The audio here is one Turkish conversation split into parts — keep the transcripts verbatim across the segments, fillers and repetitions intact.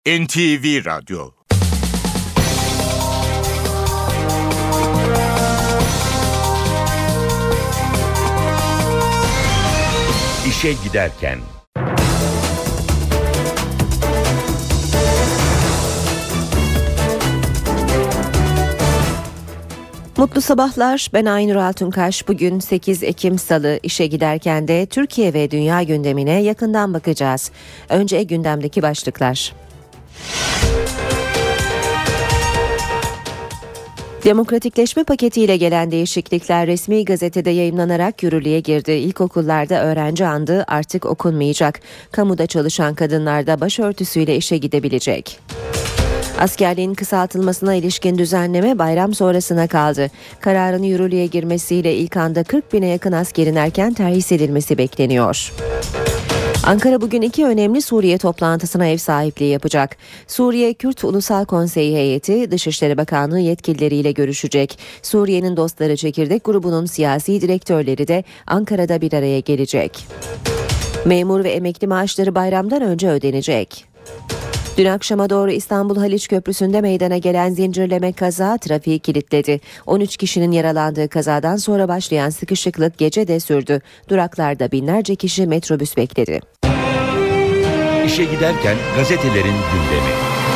N T V Radyo. İşe giderken. Mutlu sabahlar, ben Aynur Altunkaş. Bugün sekiz Ekim Salı. İşe giderken de Türkiye ve dünya gündemine yakından bakacağız. Önce gündemdeki başlıklar. Demokratikleşme paketiyle gelen değişiklikler resmi gazetede yayımlanarak yürürlüğe girdi. İlkokullarda öğrenci andı artık okunmayacak. Kamuda çalışan kadınlar da başörtüsüyle işe gidebilecek. Askerliğin kısaltılmasına ilişkin düzenleme bayram sonrasına kaldı. Kararın yürürlüğe girmesiyle ilk anda kırk bine yakın askerin erken terhis edilmesi bekleniyor. Ankara bugün iki önemli Suriye toplantısına ev sahipliği yapacak. Suriye Kürt Ulusal Konseyi heyeti Dışişleri Bakanlığı yetkilileriyle görüşecek. Suriye'nin Dostları Çekirdek grubunun siyasi direktörleri de Ankara'da bir araya gelecek. Memur ve emekli maaşları bayramdan önce ödenecek. Dün akşama doğru İstanbul Haliç Köprüsü'nde meydana gelen zincirleme kaza trafiği kilitledi. on üç kişinin yaralandığı kazadan sonra başlayan sıkışıklık gece de sürdü. Duraklarda binlerce kişi metrobüs bekledi. İşe giderken gazetelerin gündemi.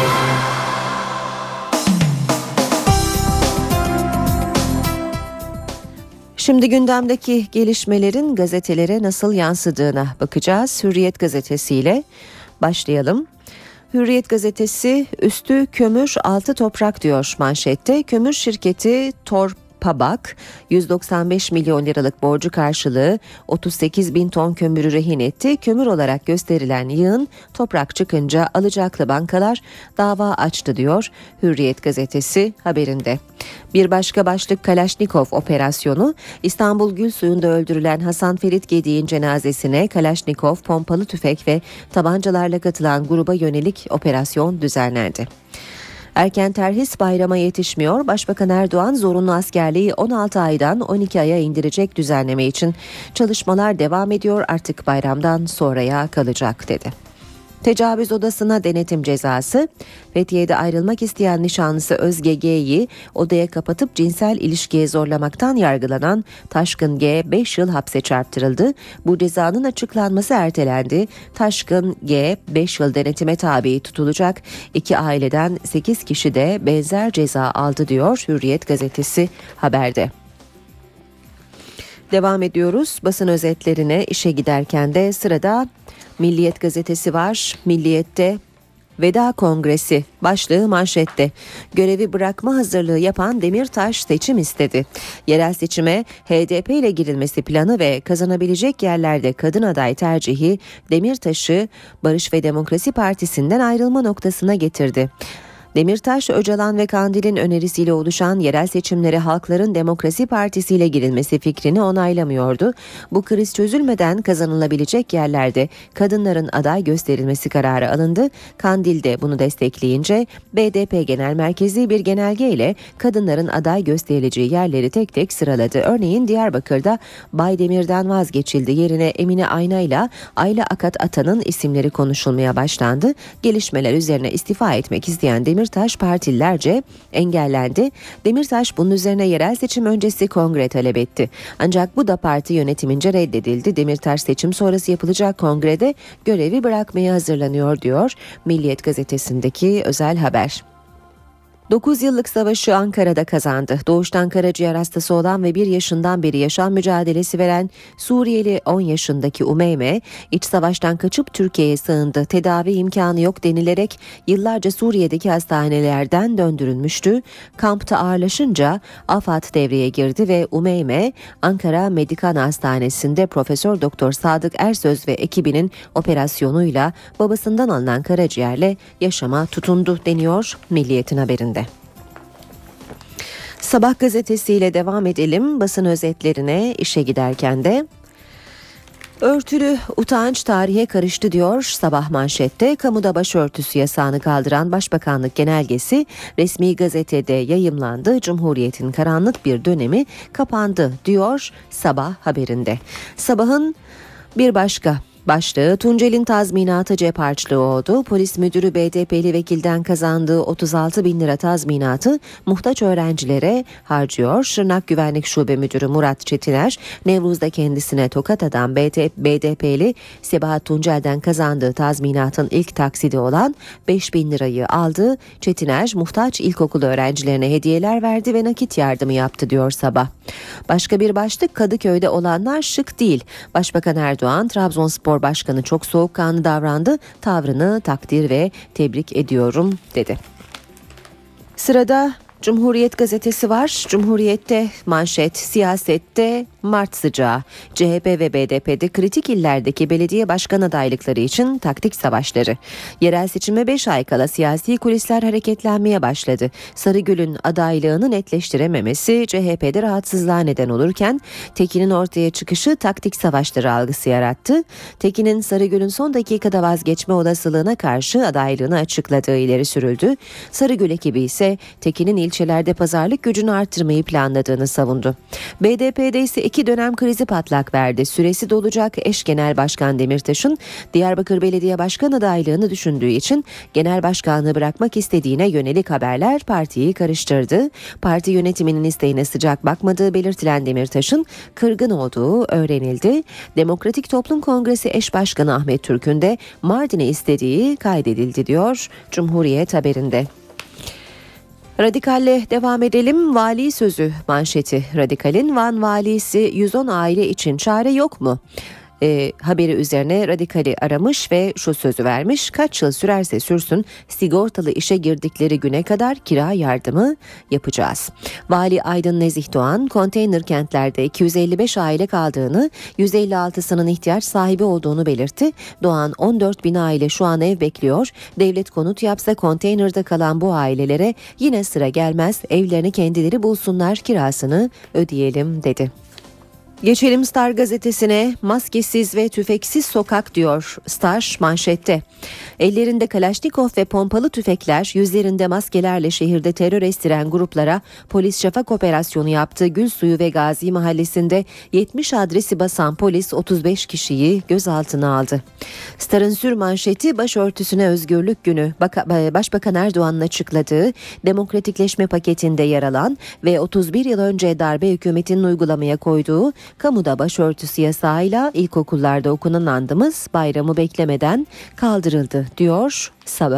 Şimdi gündemdeki gelişmelerin gazetelere nasıl yansıdığına bakacağız. Hürriyet gazetesiyle başlayalım. Hürriyet gazetesi üstü kömür altı toprak diyor manşette. Kömür şirketi Torpabak yüz doksan beş milyon liralık borcu karşılığı otuz sekiz bin ton kömürü rehin etti. Kömür olarak gösterilen yığın toprak çıkınca alacaklı bankalar dava açtı diyor Hürriyet gazetesi haberinde. Bir başka başlık Kalaşnikov operasyonu. İstanbul Gülsuyu'nda öldürülen Hasan Ferit Gedik'in cenazesine Kalaşnikov, pompalı tüfek ve tabancalarla katılan gruba yönelik operasyon düzenlendi. Erken terhis bayrama yetişmiyor. Başbakan Erdoğan zorunlu askerliği on altı aydan on iki aya indirecek düzenleme için çalışmalar devam ediyor. Artık bayramdan sonraya kalacak dedi. Tecavüz odasına denetim cezası. Fethiye'de ayrılmak isteyen nişanlısı Özge G'yi odaya kapatıp cinsel ilişkiye zorlamaktan yargılanan Taşkın G beş yıl hapse çarptırıldı. Bu cezanın açıklanması ertelendi. Taşkın G beş yıl denetime tabi tutulacak. İki aileden sekiz kişi de benzer ceza aldı diyor Hürriyet gazetesi haberde. Devam ediyoruz basın özetlerine. İşe giderken de sırada Milliyet gazetesi var. Milliyet'te Veda Kongresi başlığı manşette. Görevi bırakma hazırlığı yapan Demirtaş seçim istedi. Yerel seçime H D P ile girilmesi planı ve kazanabilecek yerlerde kadın aday tercihi Demirtaş'ı Barış ve Demokrasi Partisi'nden ayrılma noktasına getirdi. Demirtaş, Öcalan ve Kandil'in önerisiyle oluşan yerel seçimlere Halkların Demokrasi Partisi ile girilmesi fikrini onaylamıyordu. Bu kriz çözülmeden kazanılabilecek yerlerde kadınların aday gösterilmesi kararı alındı. Kandil de bunu destekleyince B D P Genel Merkezi bir genelge ile kadınların aday gösterileceği yerleri tek tek sıraladı. Örneğin Diyarbakır'da Baydemir'den vazgeçildi. Yerine Emine Ayna ile Ayla Akat Atan'ın isimleri konuşulmaya başlandı. Gelişmeler üzerine istifa etmek isteyen Demir Demirtaş partililerce engellendi. Demirtaş bunun üzerine yerel seçim öncesi kongre talep etti. Ancak bu da parti yönetimince reddedildi. Demirtaş seçim sonrası yapılacak kongrede görevi bırakmaya hazırlanıyor diyor Milliyet gazetesindeki özel haber. dokuz yıllık savaşı Ankara'da kazandı. Doğuştan karaciğer hastası olan ve bir yaşından beri yaşam mücadelesi veren Suriyeli on yaşındaki Umeyme, iç savaştan kaçıp Türkiye'ye sığındı. Tedavi imkanı yok denilerek yıllarca Suriye'deki hastanelerden döndürülmüştü. Kampta ağırlaşınca AFAD devreye girdi ve Umeyme, Ankara Medikan Hastanesi'nde Profesör Doktor Sadık Ersöz ve ekibinin operasyonuyla babasından alınan karaciğerle yaşama tutundu deniyor Milliyet'in haberinde. Sabah gazetesiyle devam edelim basın özetlerine. İşe giderken de örtülü utanç tarihe karıştı diyor Sabah manşette. Kamuda başörtüsü yasağını kaldıran Başbakanlık genelgesi resmi gazetede yayımlandı. Cumhuriyet'in karanlık bir dönemi kapandı diyor Sabah haberinde. Sabah'ın bir başka Başlığı Tuncel'in tazminatı cep harçlığı oldu. Polis müdürü B D P'li vekilden kazandığı otuz altı bin lira tazminatı muhtaç öğrencilere harcıyor. Şırnak Güvenlik Şube Müdürü Murat Çetiner, Nevruz'da kendisine tokat atan B D P'li Sebahat Tuncel'den kazandığı tazminatın ilk taksidi olan beş bin lirayı aldı. Çetiner, muhtaç ilkokul öğrencilerine hediyeler verdi ve nakit yardımı yaptı diyor Sabah. Başka bir başlık Kadıköy'de olanlar şık değil. Başbakan Erdoğan, Trabzonspor Başkanı çok soğukkanlı davrandı, tavrını takdir ve tebrik ediyorum dedi. Sırada Cumhuriyet gazetesi var. Cumhuriyet'te manşet, siyasette Mart sıcağı. C H P ve B D P'de kritik illerdeki belediye başkan adaylıkları için taktik savaşları. Yerel seçime beş ay kala siyasi kulisler hareketlenmeye başladı. Sarıgül'ün adaylığını netleştirememesi C H P'de rahatsızlığa neden olurken Tekin'in ortaya çıkışı taktik savaşları algısı yarattı. Tekin'in Sarıgül'ün son dakikada vazgeçme olasılığına karşı adaylığını açıkladığı ileri sürüldü. Sarıgül ekibi ise Tekin'in ilçelerde pazarlık gücünü arttırmayı planladığını savundu. B D P'de ise iki dönem krizi patlak verdi. Süresi dolacak eş genel başkan Demirtaş'ın Diyarbakır Belediye Başkan adaylığını düşündüğü için genel başkanlığı bırakmak istediğine yönelik haberler partiyi karıştırdı. Parti yönetiminin isteğine sıcak bakmadığı belirtilen Demirtaş'ın kırgın olduğu öğrenildi. Demokratik Toplum Kongresi eş başkanı Ahmet Türk'ün de Mardin'e istediği kaydedildi diyor Cumhuriyet haberinde. Radikalle devam edelim. Vali sözü manşeti. Radikal'in Van valisi yüz on aile için çare yok mu? E, haberi üzerine Radikal'i aramış ve şu sözü vermiş: kaç yıl sürerse sürsün sigortalı işe girdikleri güne kadar kira yardımı yapacağız. Vali Aydın Nezih Doğan, konteyner kentlerde iki yüz elli beş aile kaldığını, yüz elli altısının ihtiyaç sahibi olduğunu belirtti. Doğan, on dört bin aile şu an ev bekliyor. Devlet konut yapsa konteynerde kalan bu ailelere yine sıra gelmez. Evlerini kendileri bulsunlar, kirasını ödeyelim dedi. Geçelim Star gazetesine. Maskesiz ve tüfeksiz sokak diyor Star manşette. Ellerinde Kalaşnikov ve pompalı tüfekler, yüzlerinde maskelerle şehirde terör estiren gruplara polis şafak operasyonu yaptı. Gülsuyu ve Gazi Mahallesi'nde yetmiş adresi basan polis otuz beş kişiyi gözaltına aldı. Star'ın sür manşeti başörtüsüne özgürlük günü. Başbakan Erdoğan'ın açıkladığı demokratikleşme paketinde yer alan ve otuz bir yıl önce darbe hükümetinin uygulamaya koyduğu kamuda başörtüsü yasağıyla ilkokullarda okunan andımız bayramı beklemeden kaldırıldı diyor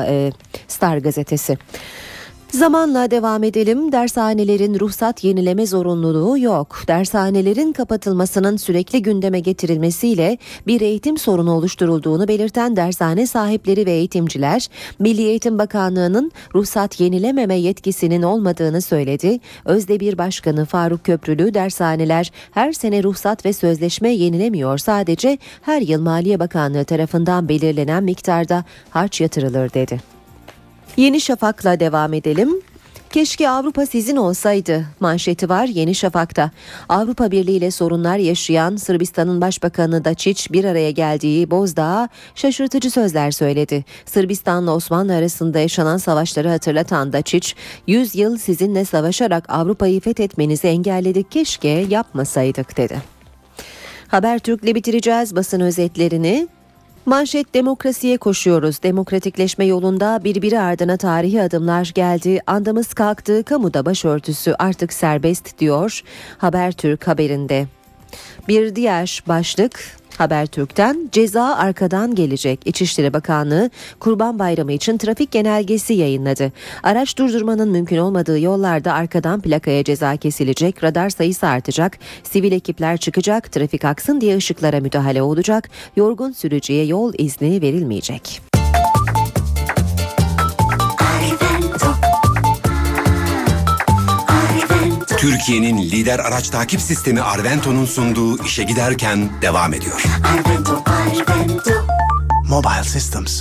Star gazetesi. Zamanla devam edelim. Dershanelerin ruhsat yenileme zorunluluğu yok. Dershanelerin kapatılmasının sürekli gündeme getirilmesiyle bir eğitim sorunu oluşturulduğunu belirten dershane sahipleri ve eğitimciler, Milli Eğitim Bakanlığı'nın ruhsat yenilememe yetkisinin olmadığını söyledi. Özdebir Başkanı Faruk Köprülü, dershaneler her sene ruhsat ve sözleşme yenilemiyor. Sadece her yıl Maliye Bakanlığı tarafından belirlenen miktarda harç yatırılır dedi. Yeni Şafak'la devam edelim. Keşke Avrupa sizin olsaydı manşeti var Yeni Şafak'ta. Avrupa Birliği ile sorunlar yaşayan Sırbistan'ın Başbakanı Dačić bir araya geldiği Bozdağ'a şaşırtıcı sözler söyledi. Sırbistan'la Osmanlı arasında yaşanan savaşları hatırlatan Dačić, yüz yıl sizinle savaşarak Avrupa'yı fethetmenizi engelledik, keşke yapmasaydık dedi. Habertürk'le bitireceğiz basın özetlerini. Manşet demokrasiye koşuyoruz. Demokratikleşme yolunda birbiri ardına tarihi adımlar geldi. Andımız kalktı. Kamuda başörtüsü artık serbest diyor Habertürk haberinde. Bir diğer başlık Habertürk'ten ceza arkadan gelecek. İçişleri Bakanlığı Kurban Bayramı için trafik genelgesi yayınladı. Araç durdurmanın mümkün olmadığı yollarda arkadan plakaya ceza kesilecek, radar sayısı artacak, sivil ekipler çıkacak, trafik aksın diye ışıklara müdahale olacak, yorgun sürücüye yol izni verilmeyecek. Türkiye'nin lider araç takip sistemi Arvento'nun sunduğu işe giderken devam ediyor. Arvento, Arvento. Mobile Systems.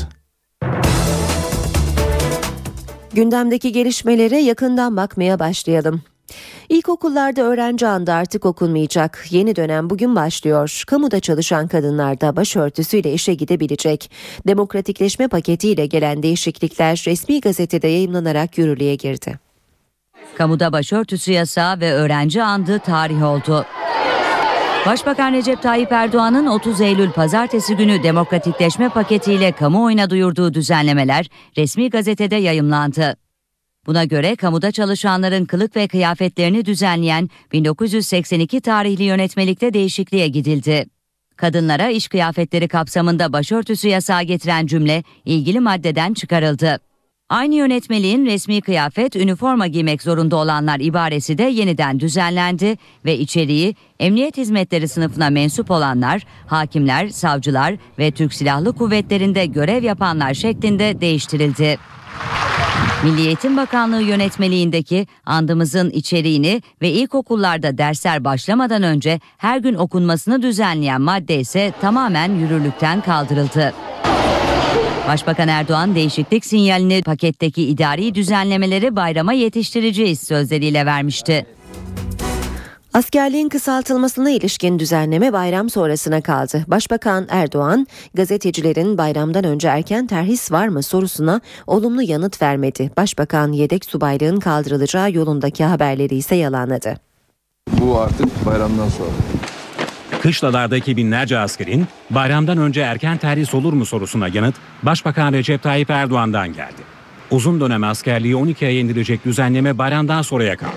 Gündemdeki gelişmelere yakından bakmaya başlayalım. İlkokullarda öğrenci andı artık okunmayacak. Yeni dönem bugün başlıyor. Kamuda çalışan kadınlar da başörtüsüyle işe gidebilecek. Demokratikleşme paketiyle gelen değişiklikler resmi gazetede yayımlanarak yürürlüğe girdi. Kamuda başörtüsü yasağı ve öğrenci andı tarih oldu. Başbakan Recep Tayyip Erdoğan'ın otuz Eylül Pazartesi günü demokratikleşme paketiyle kamuoyuna duyurduğu düzenlemeler resmi gazetede yayımlandı. Buna göre kamuda çalışanların kılık ve kıyafetlerini düzenleyen bin dokuz yüz seksen iki tarihli yönetmelikte değişikliğe gidildi. Kadınlara iş kıyafetleri kapsamında başörtüsü yasağı getiren cümle ilgili maddeden çıkarıldı. Aynı yönetmeliğin resmi kıyafet, üniforma giymek zorunda olanlar ibaresi de yeniden düzenlendi ve içeriği emniyet hizmetleri sınıfına mensup olanlar, hakimler, savcılar ve Türk Silahlı Kuvvetleri'nde görev yapanlar şeklinde değiştirildi. Milli Eğitim Bakanlığı yönetmeliğindeki andımızın içeriğini ve ilkokullarda dersler başlamadan önce her gün okunmasını düzenleyen madde ise tamamen yürürlükten kaldırıldı. Başbakan Erdoğan değişiklik sinyalini paketteki idari düzenlemeleri bayrama yetiştireceğiz sözleriyle vermişti. Askerliğin kısaltılmasına ilişkin düzenleme bayram sonrasına kaldı. Başbakan Erdoğan, gazetecilerin bayramdan önce erken terhis var mı sorusuna olumlu yanıt vermedi. Başbakan yedek subaylığın kaldırılacağı yolundaki haberleri ise yalanladı. Bu artık bayramdan sonra. Kışlalardaki binlerce askerin bayramdan önce erken terhis olur mu sorusuna yanıt Başbakan Recep Tayyip Erdoğan'dan geldi. Uzun dönem askerliği on iki aya indirecek düzenleme bayramdan sonraya kaldı.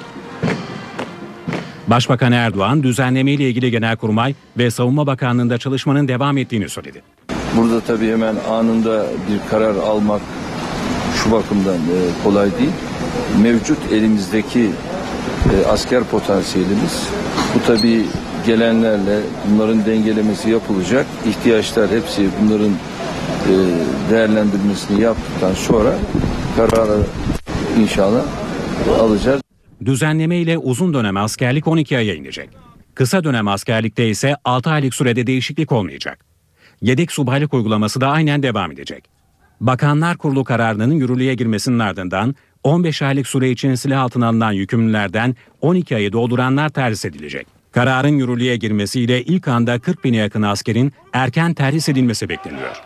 Başbakan Erdoğan düzenlemeyle ilgili Genelkurmay ve Savunma Bakanlığı'nda çalışmanın devam ettiğini söyledi. Burada tabii hemen anında bir karar almak şu bakımdan e, kolay değil. Mevcut elimizdeki e, asker potansiyelimiz, bu tabii gelenlerle bunların dengelemesi yapılacak. İhtiyaçlar hepsi bunların e, değerlendirmesini yaptıktan sonra kararı inşallah alacağız. Düzenleme ile uzun dönem askerlik on iki aya inecek. Kısa dönem askerlikte ise altı aylık sürede değişiklik olmayacak. Yedek subaylık uygulaması da aynen devam edecek. Bakanlar Kurulu kararının yürürlüğe girmesinin ardından on beş aylık süre için silah altına alınan yükümlülerden on iki ayı dolduranlar terhis edilecek. Kararın yürürlüğe girmesiyle ilk anda kırk bine yakın askerin erken terhis edilmesi bekleniyor.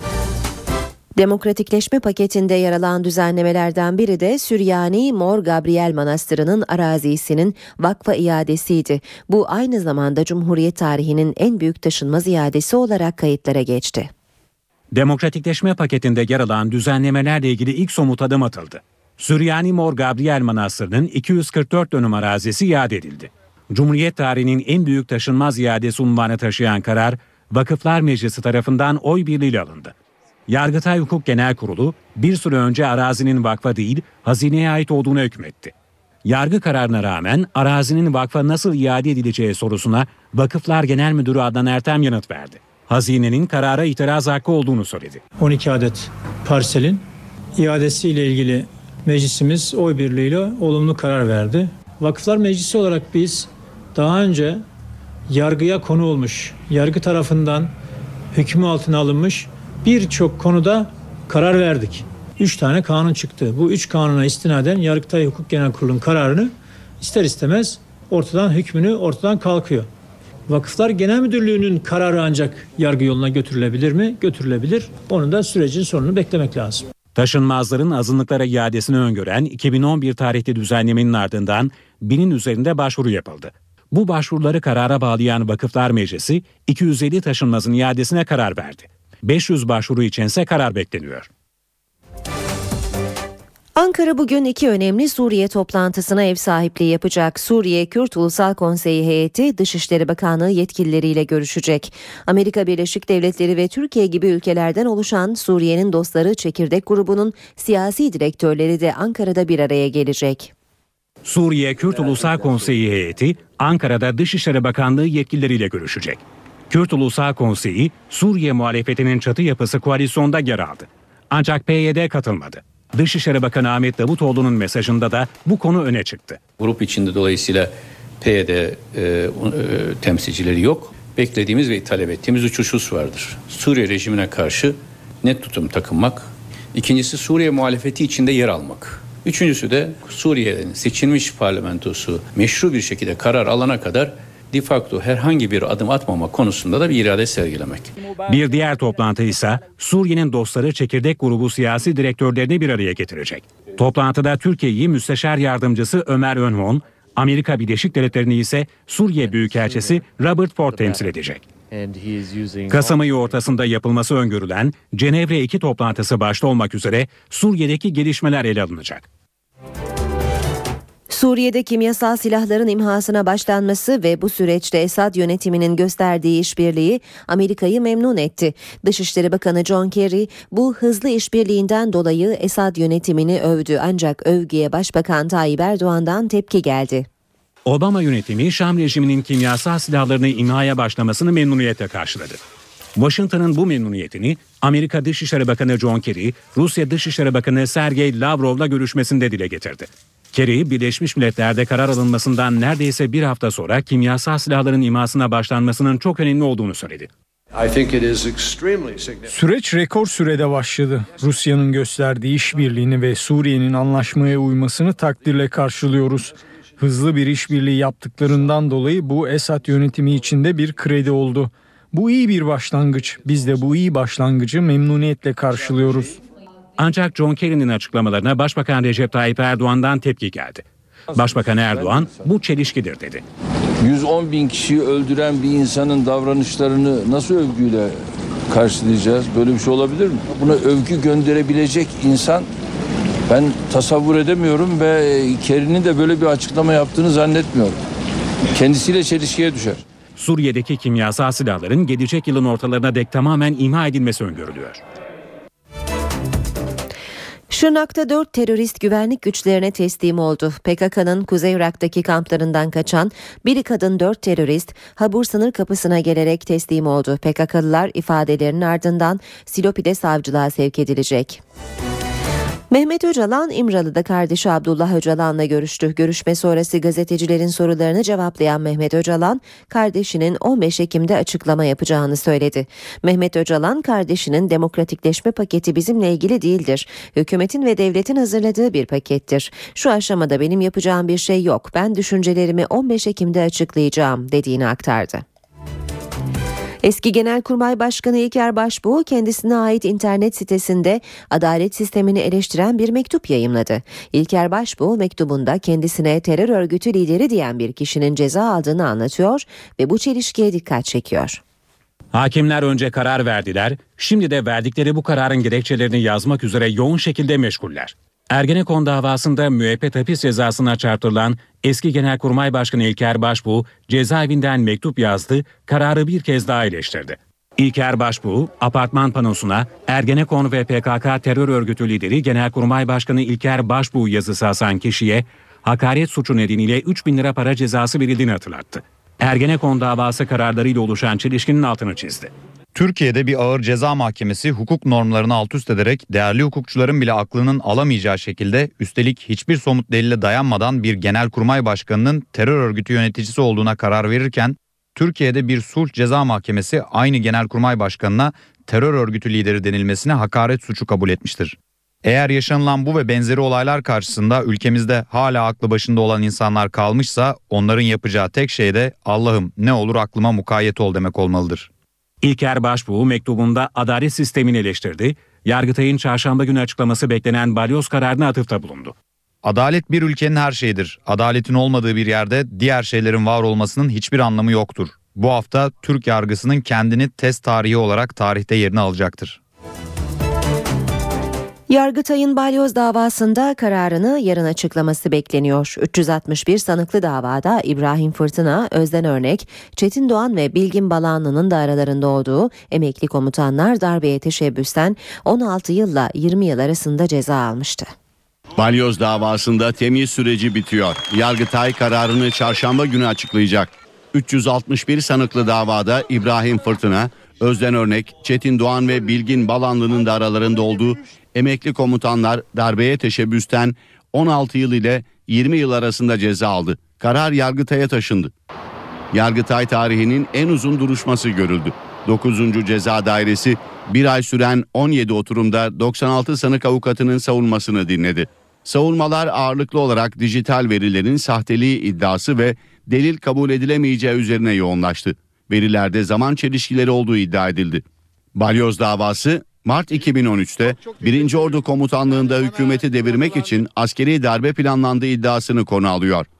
Demokratikleşme paketinde yer alan düzenlemelerden biri de Süryani Mor Gabriel Manastırı'nın arazisinin vakfa iadesiydi. Bu aynı zamanda Cumhuriyet tarihinin en büyük taşınmaz iadesi olarak kayıtlara geçti. Demokratikleşme paketinde yer alan düzenlemelerle ilgili ilk somut adım atıldı. Süryani Mor Gabriel Manastırı'nın iki yüz kırk dört dönüm arazisi iade edildi. Cumhuriyet tarihinin en büyük taşınmaz iadesi unvanı taşıyan karar, Vakıflar Meclisi tarafından oy birliğiyle alındı. Yargıtay Hukuk Genel Kurulu bir süre önce arazinin vakfa değil, hazineye ait olduğuna hükmetti. Yargı kararına rağmen arazinin vakfa nasıl iade edileceği sorusuna Vakıflar Genel Müdürü Adnan Ertem yanıt verdi. Hazinenin karara itiraz hakkı olduğunu söyledi. on iki adet parselin iadesiyle ilgili meclisimiz oy birliğiyle olumlu karar verdi. Vakıflar Meclisi olarak biz daha önce yargıya konu olmuş, yargı tarafından hükmü altına alınmış birçok konuda karar verdik. Üç tane kanun çıktı. Bu üç kanuna istinaden Yargıtay Hukuk Genel Kurulu'nun kararını ister istemez ortadan hükmünü ortadan kalkıyor. Vakıflar Genel Müdürlüğü'nün kararı ancak yargı yoluna götürülebilir mi? Götürülebilir. Onun da sürecin sonunu beklemek lazım. Taşınmazların azınlıklara iadesini öngören iki bin on bir tarihli düzenlemenin ardından binin üzerinde başvuru yapıldı. Bu başvuruları karara bağlayan Vakıflar Meclisi iki yüz elli taşınmazın iadesine karar verdi. beş yüz başvuru içinse karar bekleniyor. Ankara bugün iki önemli Suriye toplantısına ev sahipliği yapacak. Suriye Kürt Ulusal Konseyi heyeti Dışişleri Bakanlığı yetkilileriyle görüşecek. Amerika Birleşik Devletleri ve Türkiye gibi ülkelerden oluşan Suriye'nin Dostları Çekirdek grubunun siyasi direktörleri de Ankara'da bir araya gelecek. Suriye Kürt Ulusal Konseyi heyeti Ankara'da Dışişleri Bakanlığı yetkilileriyle görüşecek. Kürt Ulusal Konseyi, Suriye muhalefetinin çatı yapısı koalisyonda yer aldı. Ancak P Y D katılmadı. Dışişleri Bakanı Ahmet Davutoğlu'nun mesajında da bu konu öne çıktı. Grup içinde dolayısıyla P Y D e, e, temsilcileri yok. Beklediğimiz ve talep ettiğimiz üç husus vardır. Suriye rejimine karşı net tutum takınmak. İkincisi Suriye muhalefeti içinde yer almak. Üçüncüsü de Suriye'nin seçilmiş parlamentosu meşru bir şekilde karar alana kadar de facto herhangi bir adım atmama konusunda da bir irade sergilemek. Bir diğer toplantı ise Suriye'nin Dostları Çekirdek grubu siyasi direktörlerini bir araya getirecek. Toplantıda Türkiye'yi Müsteşar Yardımcısı Ömer Önhon, Amerika Birleşik Devletleri'ni ise Suriye Büyükelçisi Robert Ford temsil edecek. Kasım ayı ortasında yapılması öngörülen Cenevre iki toplantısı başta olmak üzere Suriye'deki gelişmeler ele alınacak. Suriye'de kimyasal silahların imhasına başlanması ve bu süreçte Esad yönetiminin gösterdiği işbirliği Amerika'yı memnun etti. Dışişleri Bakanı John Kerry bu hızlı işbirliğinden dolayı Esad yönetimini övdü, ancak övgüye Başbakan Tayyip Erdoğan'dan tepki geldi. Obama yönetimi Şam rejiminin kimyasal silahlarını imhaya başlamasını memnuniyetle karşıladı. Washington'ın bu memnuniyetini Amerika Dışişleri Bakanı John Kerry, Rusya Dışişleri Bakanı Sergey Lavrov'la görüşmesinde dile getirdi. Kerry, Birleşmiş Milletler'de karar alınmasından neredeyse bir hafta sonra kimyasal silahların imhasına başlanmasının çok önemli olduğunu söyledi. Süreç rekor sürede başladı. Rusya'nın gösterdiği işbirliğini ve Suriye'nin anlaşmaya uymasını takdirle karşılıyoruz. Hızlı bir işbirliği yaptıklarından dolayı bu Esad yönetimi içinde bir kredi oldu. Bu iyi bir başlangıç. Biz de bu iyi başlangıcı memnuniyetle karşılıyoruz. Ancak John Kerry'nin açıklamalarına Başbakan Recep Tayyip Erdoğan'dan tepki geldi. Başbakan Erdoğan bu çelişkidir dedi. yüz on bin kişiyi öldüren bir insanın davranışlarını nasıl övgüyle karşılayacağız? Böyle bir şey olabilir mi? Buna övgü gönderebilecek insan ben tasavvur edemiyorum ve Kerry'nin de böyle bir açıklama yaptığını zannetmiyorum. Kendisiyle çelişkiye düşer. Suriye'deki kimyasal silahların gelecek yılın ortalarına dek tamamen imha edilmesi öngörülüyor. Şırnak'ta dört terörist güvenlik güçlerine teslim oldu. P K K'nın Kuzey Irak'taki kamplarından kaçan biri kadın dört terörist Habur sınır kapısına gelerek teslim oldu. P K K'lılar ifadelerinin ardından Silopi'de savcılığa sevk edilecek. Mehmet Öcalan, İmralı'da kardeşi Abdullah Öcalan'la görüştü. Görüşme sonrası gazetecilerin sorularını cevaplayan Mehmet Öcalan, kardeşinin on beş Ekim'de açıklama yapacağını söyledi. Mehmet Öcalan, kardeşinin demokratikleşme paketi bizimle ilgili değildir. Hükümetin ve devletin hazırladığı bir pakettir. Şu aşamada benim yapacağım bir şey yok. Ben düşüncelerimi on beş Ekim'de açıklayacağım dediğini aktardı. Eski Genelkurmay Başkanı İlker Başbuğ kendisine ait internet sitesinde adalet sistemini eleştiren bir mektup yayımladı. İlker Başbuğ mektubunda kendisine terör örgütü lideri diyen bir kişinin ceza aldığını anlatıyor ve bu çelişkiye dikkat çekiyor. Hakimler önce karar verdiler, şimdi de verdikleri bu kararın gerekçelerini yazmak üzere yoğun şekilde meşguller. Ergenekon davasında müebbet hapis cezasına çarptırılan eski Genelkurmay Başkanı İlker Başbuğ cezaevinden mektup yazdı, kararı bir kez daha eleştirdi. İlker Başbuğ, apartman panosuna Ergenekon ve P K K terör örgütü lideri Genelkurmay Başkanı İlker Başbuğ yazısı asan kişiye hakaret suçu nedeniyle üç bin lira para cezası verildiğini hatırlattı. Ergenekon davası kararlarıyla oluşan çelişkinin altını çizdi. Türkiye'de bir ağır ceza mahkemesi hukuk normlarını alt üst ederek değerli hukukçuların bile aklının alamayacağı şekilde üstelik hiçbir somut delile dayanmadan bir genelkurmay başkanının terör örgütü yöneticisi olduğuna karar verirken Türkiye'de bir sulh ceza mahkemesi aynı genelkurmay başkanına terör örgütü lideri denilmesine hakaret suçu kabul etmiştir. Eğer yaşanılan bu ve benzeri olaylar karşısında ülkemizde hala aklı başında olan insanlar kalmışsa onların yapacağı tek şey de Allah'ım ne olur aklıma mukayyet ol demek olmalıdır. İlker Başbuğ mektubunda adalet sistemini eleştirdi, Yargıtay'ın çarşamba günü açıklaması beklenen balyoz kararına atıfta bulundu. Adalet bir ülkenin her şeyidir. Adaletin olmadığı bir yerde diğer şeylerin var olmasının hiçbir anlamı yoktur. Bu hafta Türk yargısının kendini test tarihi olarak tarihte yerini alacaktır. Yargıtay'ın balyoz davasında kararını yarın açıklaması bekleniyor. üç yüz altmış bir sanıklı davada İbrahim Fırtına, Özden Örnek, Çetin Doğan ve Bilgin Balanlı'nın da aralarında olduğu emekli komutanlar darbeye teşebbüsten on altı yılla yirmi yıl arasında ceza almıştı. Balyoz davasında temyiz süreci bitiyor. Yargıtay kararını çarşamba günü açıklayacak. üç yüz altmış bir sanıklı davada İbrahim Fırtına, Özden Örnek, Çetin Doğan ve Bilgin Balanlı'nın da aralarında olduğu emekli komutanlar darbeye teşebbüsten on altı yıl ile yirmi yıl arasında ceza aldı. Karar Yargıtay'a taşındı. Yargıtay tarihinin en uzun duruşması görüldü. dokuzuncu Ceza Dairesi bir ay süren on yedi oturumda doksan altı sanık avukatının savunmasını dinledi. Savunmalar ağırlıklı olarak dijital verilerin sahteliği iddiası ve delil kabul edilemeyeceği üzerine yoğunlaştı. Verilerde zaman çelişkileri olduğu iddia edildi. Balyoz davası Mart iki bin on üçte birinci Ordu Komutanlığı'nda hükümeti devirmek için askeri darbe planlandığı iddiasını konu alıyor.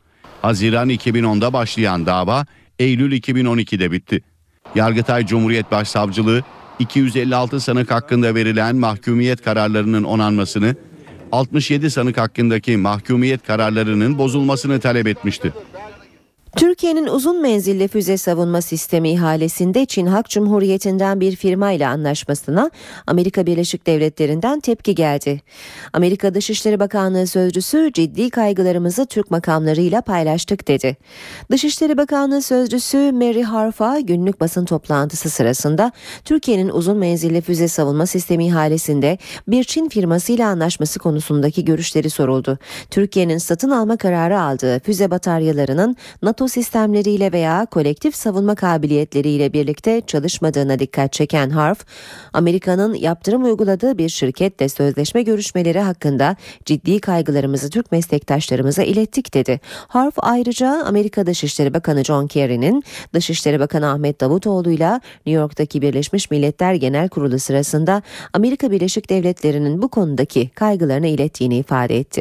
Haziran iki bin onda başlayan dava Eylül iki bin on ikide bitti. Yargıtay Cumhuriyet Başsavcılığı iki yüz elli altı sanık hakkında verilen mahkumiyet kararlarının onanmasını, altmış yedi sanık hakkındaki mahkumiyet kararlarının bozulmasını talep etmişti. Türkiye'nin uzun menzilli füze savunma sistemi ihalesinde Çin Halk Cumhuriyeti'nden bir firma ile anlaşmasına Amerika Birleşik Devletleri'nden tepki geldi. Amerika Dışişleri Bakanlığı sözcüsü ciddi kaygılarımızı Türk makamlarıyla paylaştık dedi. Dışişleri Bakanlığı sözcüsü Mary Harf'a günlük basın toplantısı sırasında Türkiye'nin uzun menzilli füze savunma sistemi ihalesinde bir Çin firmasıyla anlaşması konusundaki görüşleri soruldu. Türkiye'nin satın alma kararı aldığı füze bataryalarının NATO sistemleriyle veya kolektif savunma kabiliyetleriyle birlikte çalışmadığına dikkat çeken Harf, Amerika'nın yaptırım uyguladığı bir şirketle sözleşme görüşmeleri hakkında ciddi kaygılarımızı Türk meslektaşlarımıza ilettik dedi. Harf ayrıca Amerika Dışişleri Bakanı John Kerry'nin Dışişleri Bakanı Ahmet Davutoğlu'yla New York'taki Birleşmiş Milletler Genel Kurulu sırasında Amerika Birleşik Devletleri'nin bu konudaki kaygılarını ilettiğini ifade etti.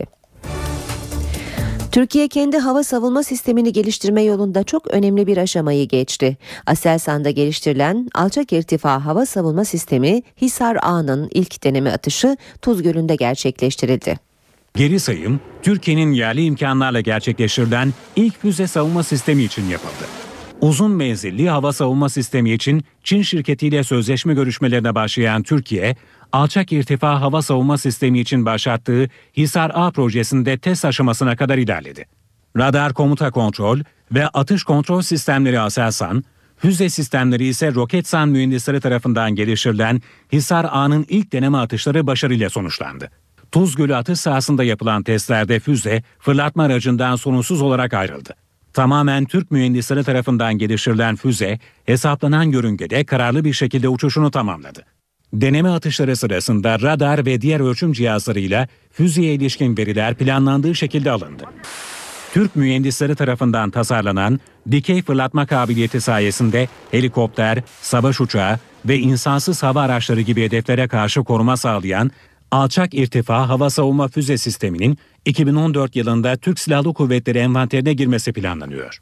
Türkiye kendi hava savunma sistemini geliştirme yolunda çok önemli bir aşamayı geçti. Aselsan'da geliştirilen alçak irtifa hava savunma sistemi Hisar A'nın ilk deneme atışı Tuz Gölü'nde gerçekleştirildi. Geri sayım, Türkiye'nin yerli imkanlarla gerçekleştirilen ilk füze savunma sistemi için yapıldı. Uzun menzilli hava savunma sistemi için Çin şirketiyle sözleşme görüşmelerine başlayan Türkiye, alçak irtifa hava savunma sistemi için başlattığı Hisar A projesinde test aşamasına kadar ilerledi. Radar komuta kontrol ve atış kontrol sistemleri Aselsan, füze sistemleri ise Roketsan mühendisleri tarafından geliştirilen Hisar A'nın ilk deneme atışları başarıyla sonuçlandı. Tuz Gölü atış sahasında yapılan testlerde füze fırlatma aracından sorunsuz olarak ayrıldı. Tamamen Türk mühendisleri tarafından geliştirilen füze, hesaplanan yörüngede kararlı bir şekilde uçuşunu tamamladı. Deneme atışları sırasında radar ve diğer ölçüm cihazlarıyla füzeye ilişkin veriler planlandığı şekilde alındı. Türk mühendisleri tarafından tasarlanan dikey fırlatma kabiliyeti sayesinde helikopter, savaş uçağı ve insansız hava araçları gibi hedeflere karşı koruma sağlayan alçak irtifa hava savunma füze sisteminin iki bin on dört yılında Türk Silahlı Kuvvetleri envanterine girmesi planlanıyor.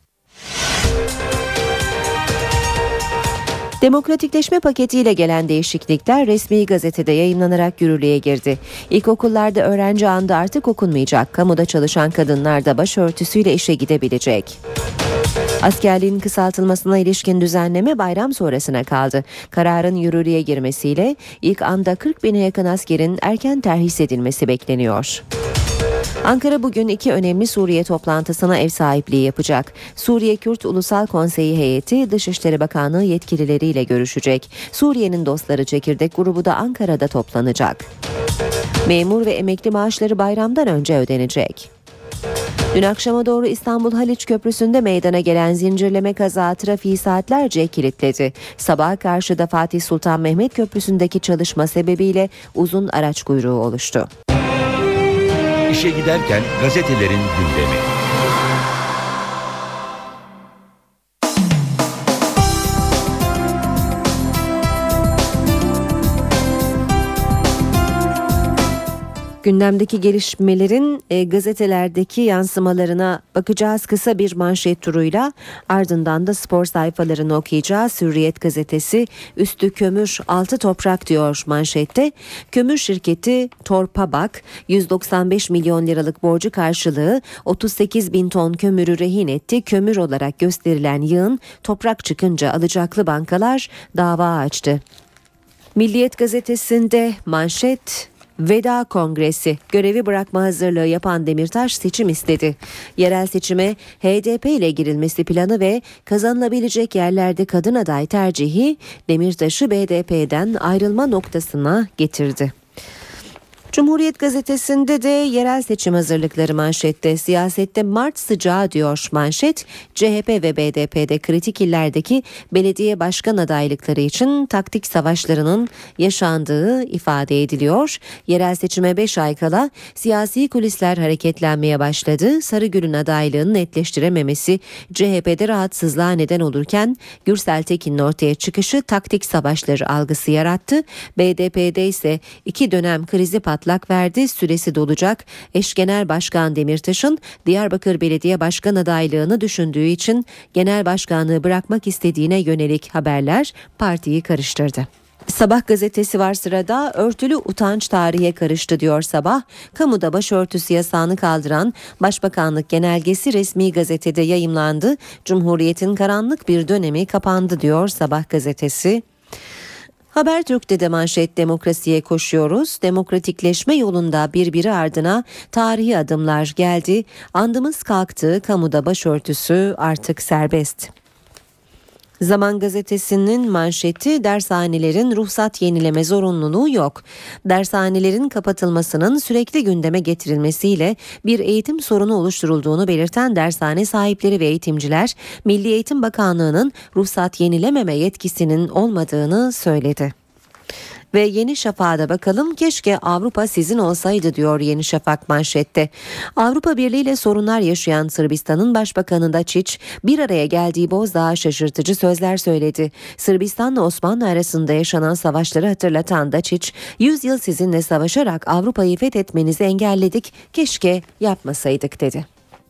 Demokratikleşme paketiyle gelen değişiklikler resmi gazetede yayımlanarak yürürlüğe girdi. İlkokullarda öğrenci andı artık okunmayacak. Kamuda çalışan kadınlar da başörtüsüyle işe gidebilecek. Askerliğin kısaltılmasına ilişkin düzenleme bayram sonrasına kaldı. Kararın yürürlüğe girmesiyle ilk anda kırk bine yakın askerin erken terhis edilmesi bekleniyor. Ankara bugün iki önemli Suriye toplantısına ev sahipliği yapacak. Suriye Kürt Ulusal Konseyi heyeti Dışişleri Bakanlığı yetkilileriyle görüşecek. Suriye'nin dostları çekirdek grubu da Ankara'da toplanacak. Memur ve emekli maaşları bayramdan önce ödenecek. Dün akşama doğru İstanbul Haliç Köprüsü'nde meydana gelen zincirleme kaza trafiği saatlerce kilitledi. Sabaha karşı da Fatih Sultan Mehmet Köprüsü'ndeki çalışma sebebiyle uzun araç kuyruğu oluştu. İşe giderken gazetelerin gündemi. Gündemdeki gelişmelerin e, gazetelerdeki yansımalarına bakacağız kısa bir manşet turuyla. Ardından da spor sayfalarını okuyacağız. Hürriyet gazetesi üstü kömür altı toprak diyor manşette. Kömür şirketi Torpabak yüz doksan beş milyon liralık borcu karşılığı otuz sekiz bin ton kömürü rehin etti. Kömür olarak gösterilen yığın toprak çıkınca alacaklı bankalar dava açtı. Milliyet gazetesinde manşet: Veda Kongresi, görevi bırakma hazırlığı yapan Demirtaş seçim istedi. Yerel seçime H D P ile girilmesi planı ve kazanılabilecek yerlerde kadın aday tercihi Demirtaş'ı B D P'den ayrılma noktasına getirdi. Cumhuriyet gazetesinde de yerel seçim hazırlıkları manşette. Siyasette Mart sıcağı diyor manşet. C H P ve B D P'de kritik illerdeki belediye başkan adaylıkları için taktik savaşlarının yaşandığı ifade ediliyor. Yerel seçime beş ay kala siyasi kulisler hareketlenmeye başladı. Sarıgül'ün adaylığını netleştirememesi C H P'de rahatsızlığa neden olurken Gürsel Tekin'in ortaya çıkışı taktik savaşları algısı yarattı. B D P'de ise iki dönem krizi patladı. patlak verdi, süresi dolacak. Eş Genel Başkan Demirtaş'ın Diyarbakır Belediye Başkan adaylığını düşündüğü için genel başkanlığı bırakmak istediğine yönelik haberler partiyi karıştırdı. Sabah gazetesi var sırada. Örtülü utanç tarihe karıştı diyor Sabah. Kamuda başörtüsü yasağını kaldıran Başbakanlık genelgesi resmi gazetede yayımlandı. Cumhuriyetin karanlık bir dönemi kapandı diyor Sabah gazetesi. Habertürk'te de manşet demokrasiye koşuyoruz. Demokratikleşme yolunda birbiri ardına tarihi adımlar geldi. Andımız kalktı. Kamuda başörtüsü artık serbest. Zaman gazetesinin manşeti dershanelerin ruhsat yenileme zorunluluğu yok. Dershanelerin kapatılmasının sürekli gündeme getirilmesiyle bir eğitim sorunu oluşturulduğunu belirten dershane sahipleri ve eğitimciler, Milli Eğitim Bakanlığı'nın ruhsat yenilememe yetkisinin olmadığını söyledi. Ve Yeni Şafak'a da bakalım. Keşke Avrupa sizin olsaydı diyor Yeni Şafak manşette. Avrupa Birliği ile sorunlar yaşayan Sırbistan'ın Başbakanı Dačić bir araya geldiği Bozdağ'a şaşırtıcı sözler söyledi. Sırbistan'la Osmanlı arasında yaşanan savaşları hatırlatan Dačić, yüz yıl sizinle savaşarak Avrupa'yı fethetmenizi engelledik, keşke yapmasaydık dedi.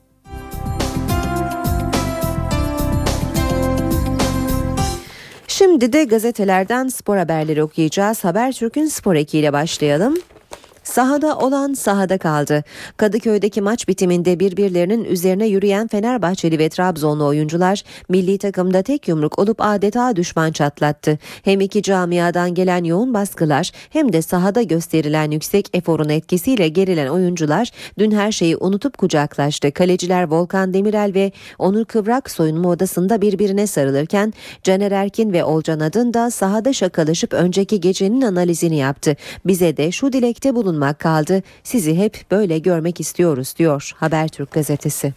Şimdi de gazetelerden spor haberleri okuyacağız. Habertürk'ün spor ekiyle başlayalım. Sahada olan sahada kaldı. Kadıköy'deki maç bitiminde birbirlerinin üzerine yürüyen Fenerbahçeli ve Trabzonlu oyuncular milli takımda tek yumruk olup adeta düşman çatlattı. Hem iki camiadan gelen yoğun baskılar hem de sahada gösterilen yüksek eforun etkisiyle gerilen oyuncular dün her şeyi unutup kucaklaştı. Kaleciler Volkan Demirel ve Onur Kıvrak soyunma odasında birbirine sarılırken Caner Erkin ve Olcan Adın da sahada şakalaşıp önceki gecenin analizini yaptı. Bize de şu dilekte bulunmak kaldı. Sizi hep böyle görmek istiyoruz diyor Habertürk gazetesi.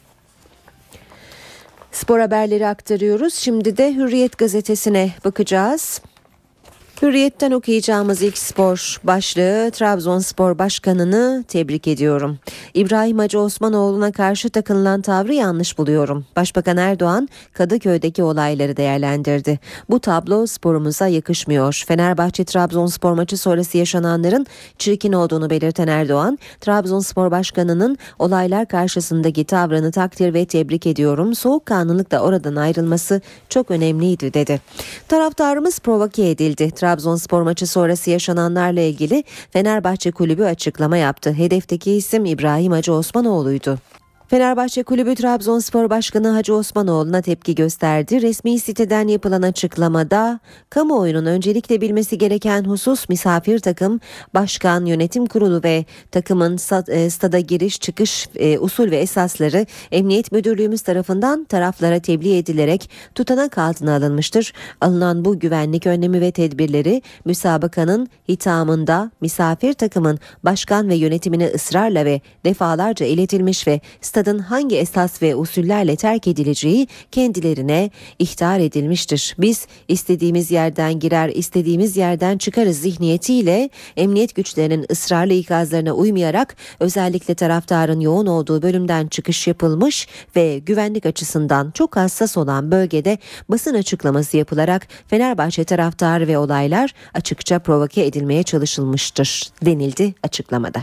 Spor haberleri aktarıyoruz. Şimdi de Hürriyet gazetesine bakacağız. Hürriyet'ten okuyacağımız ilk spor başlığı Trabzonspor Başkanı'nı tebrik ediyorum. İbrahim Hacı Osmanoğlu'na karşı takınılan tavrı yanlış buluyorum. Başbakan Erdoğan Kadıköy'deki olayları değerlendirdi. Bu tablo sporumuza yakışmıyor. Fenerbahçe Trabzonspor maçı sonrası yaşananların çirkin olduğunu belirten Erdoğan, Trabzonspor Başkanı'nın olaylar karşısındaki tavrını takdir ve tebrik ediyorum. Soğukkanlılıkla oradan ayrılması çok önemliydi dedi. Taraftarımız provoke edildi. Trabzonspor maçı sonrası yaşananlarla ilgili Fenerbahçe Kulübü açıklama yaptı. Hedefteki isim İbrahim Hacı Osmanoğlu'ydu. Fenerbahçe Kulübü Trabzonspor Başkanı Hacı Osmanoğlu'na tepki gösterdi. Resmi siteden yapılan açıklamada kamuoyunun öncelikle bilmesi gereken husus misafir takım, başkan, yönetim kurulu ve takımın stada giriş çıkış usul ve esasları Emniyet Müdürlüğümüz tarafından taraflara tebliğ edilerek tutanak altına alınmıştır. Alınan bu güvenlik önlemi ve tedbirleri müsabakanın hitamında misafir takımın başkan ve yönetimine ısrarla ve defalarca iletilmiş ve stadın hangi esas ve usullerle terk edileceği kendilerine ihtar edilmiştir. Biz istediğimiz yerden girer, istediğimiz yerden çıkarız zihniyetiyle emniyet güçlerinin ısrarlı ikazlarına uymayarak özellikle taraftarın yoğun olduğu bölümden çıkış yapılmış ve güvenlik açısından çok hassas olan bölgede basın açıklaması yapılarak Fenerbahçe taraftarı ve olaylar açıkça provoke edilmeye çalışılmıştır denildi açıklamada.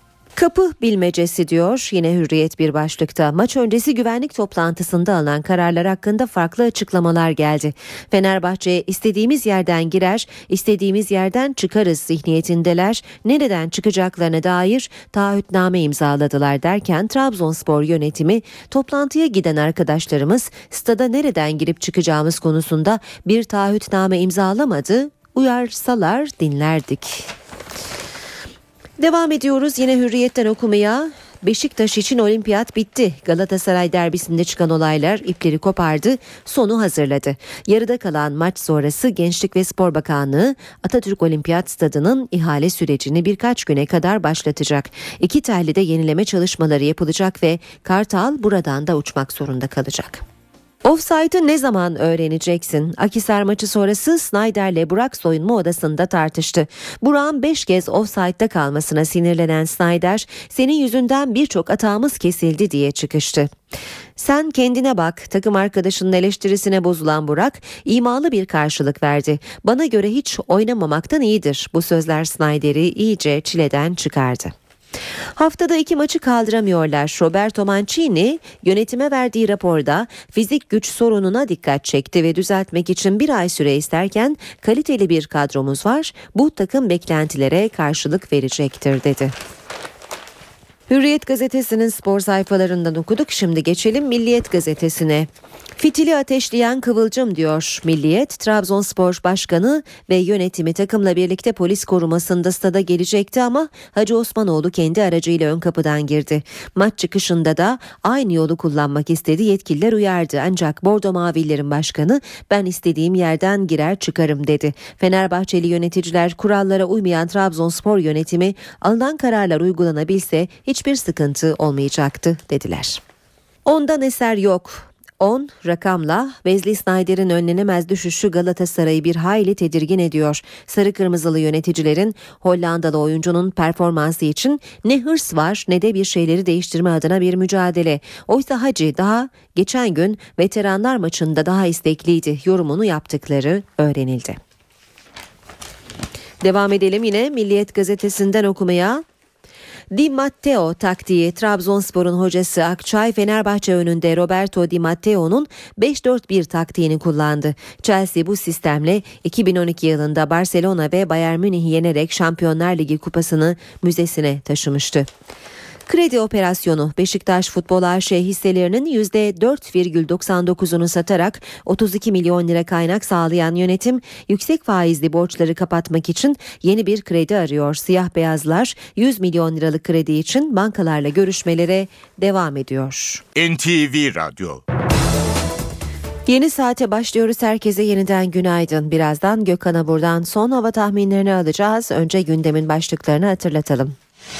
Kapı bilmecesi diyor yine Hürriyet bir başlıkta. Maç öncesi güvenlik toplantısında alınan kararlar hakkında farklı açıklamalar geldi. Fenerbahçe istediğimiz yerden girer, istediğimiz yerden çıkarız zihniyetindeler. Nereden çıkacaklarına dair taahhütname imzaladılar derken Trabzonspor yönetimi toplantıya giden arkadaşlarımız stada nereden girip çıkacağımız konusunda bir taahhütname imzalamadı. Uyarsalar dinlerdik. Devam ediyoruz yine Hürriyet'ten okumaya. Beşiktaş için olimpiyat bitti. Galatasaray derbisinde çıkan olaylar ipleri kopardı, sonu hazırladı. Yarıda kalan maç sonrası Gençlik ve Spor Bakanlığı Atatürk Olimpiyat Stadı'nın ihale sürecini birkaç güne kadar başlatacak. İki tellide yenileme çalışmaları yapılacak ve Kartal buradan da uçmak zorunda kalacak. Offside'ı ne zaman öğreneceksin? Akhisar maçı sonrası Snyder'le Burak soyunma odasında tartıştı. Burak'ın beş kez offside'da kalmasına sinirlenen Snyder, senin yüzünden birçok hatamız kesildi diye çıkıştı. Sen kendine bak, takım arkadaşının eleştirisine bozulan Burak imalı bir karşılık verdi. Bana göre hiç oynamamaktan iyidir. Bu sözler Snyder'i iyice çileden çıkardı. Haftada iki maçı kaldıramıyorlar. Roberto Mancini yönetime verdiği raporda fizik güç sorununa dikkat çekti ve düzeltmek için bir ay süre isterken kaliteli bir kadromuz var. Bu takım beklentilere karşılık verecektir dedi. Hürriyet gazetesinin spor sayfalarından okuduk. Şimdi geçelim Milliyet gazetesine. Fitili ateşleyen kıvılcım diyor Milliyet. Trabzonspor Başkanı ve yönetimi takımla birlikte polis korumasında stada gelecekti ama Hacı Osmanoğlu kendi aracıyla ön kapıdan girdi. Maç çıkışında da aynı yolu kullanmak istedi. Yetkililer uyardı ancak Bordo Mavillerin başkanı ben istediğim yerden girer çıkarım dedi. Fenerbahçeli yöneticiler kurallara uymayan Trabzonspor yönetimi alınan kararlar uygulanabilse hiçbir sıkıntı olmayacaktı dediler. Ondan eser yok. on rakamla Wesley Sneijder'in önlenemez düşüşü Galatasaray'ı bir hayli tedirgin ediyor. Sarı kırmızılı yöneticilerin Hollandalı oyuncunun performansı için ne hırs var ne de bir şeyleri değiştirme adına bir mücadele. Oysa Hacı daha geçen gün veteranlar maçında daha istekliydi. Yorumunu yaptıkları öğrenildi. Devam edelim yine Milliyet gazetesinden okumaya. Di Matteo taktiği. Trabzonspor'un hocası Akçay Fenerbahçe önünde Roberto Di Matteo'nun beş dört bir taktiğini kullandı. Chelsea bu sistemle iki bin on iki yılında Barcelona ve Bayern Münih'i yenerek Şampiyonlar Ligi kupasını müzesine taşımıştı. Kredi operasyonu. Beşiktaş Futbol A Ş hisselerinin yüzde dört virgül doksan dokuzunu satarak otuz iki milyon lira kaynak sağlayan yönetim yüksek faizli borçları kapatmak için yeni bir kredi arıyor. Siyah beyazlar yüz milyon liralık kredi için bankalarla görüşmelere devam ediyor. N T V Radyo. Yeni saate başlıyoruz. Herkese yeniden günaydın. Birazdan Gökhan Abur'dan son hava tahminlerini alacağız. Önce gündemin başlıklarını hatırlatalım.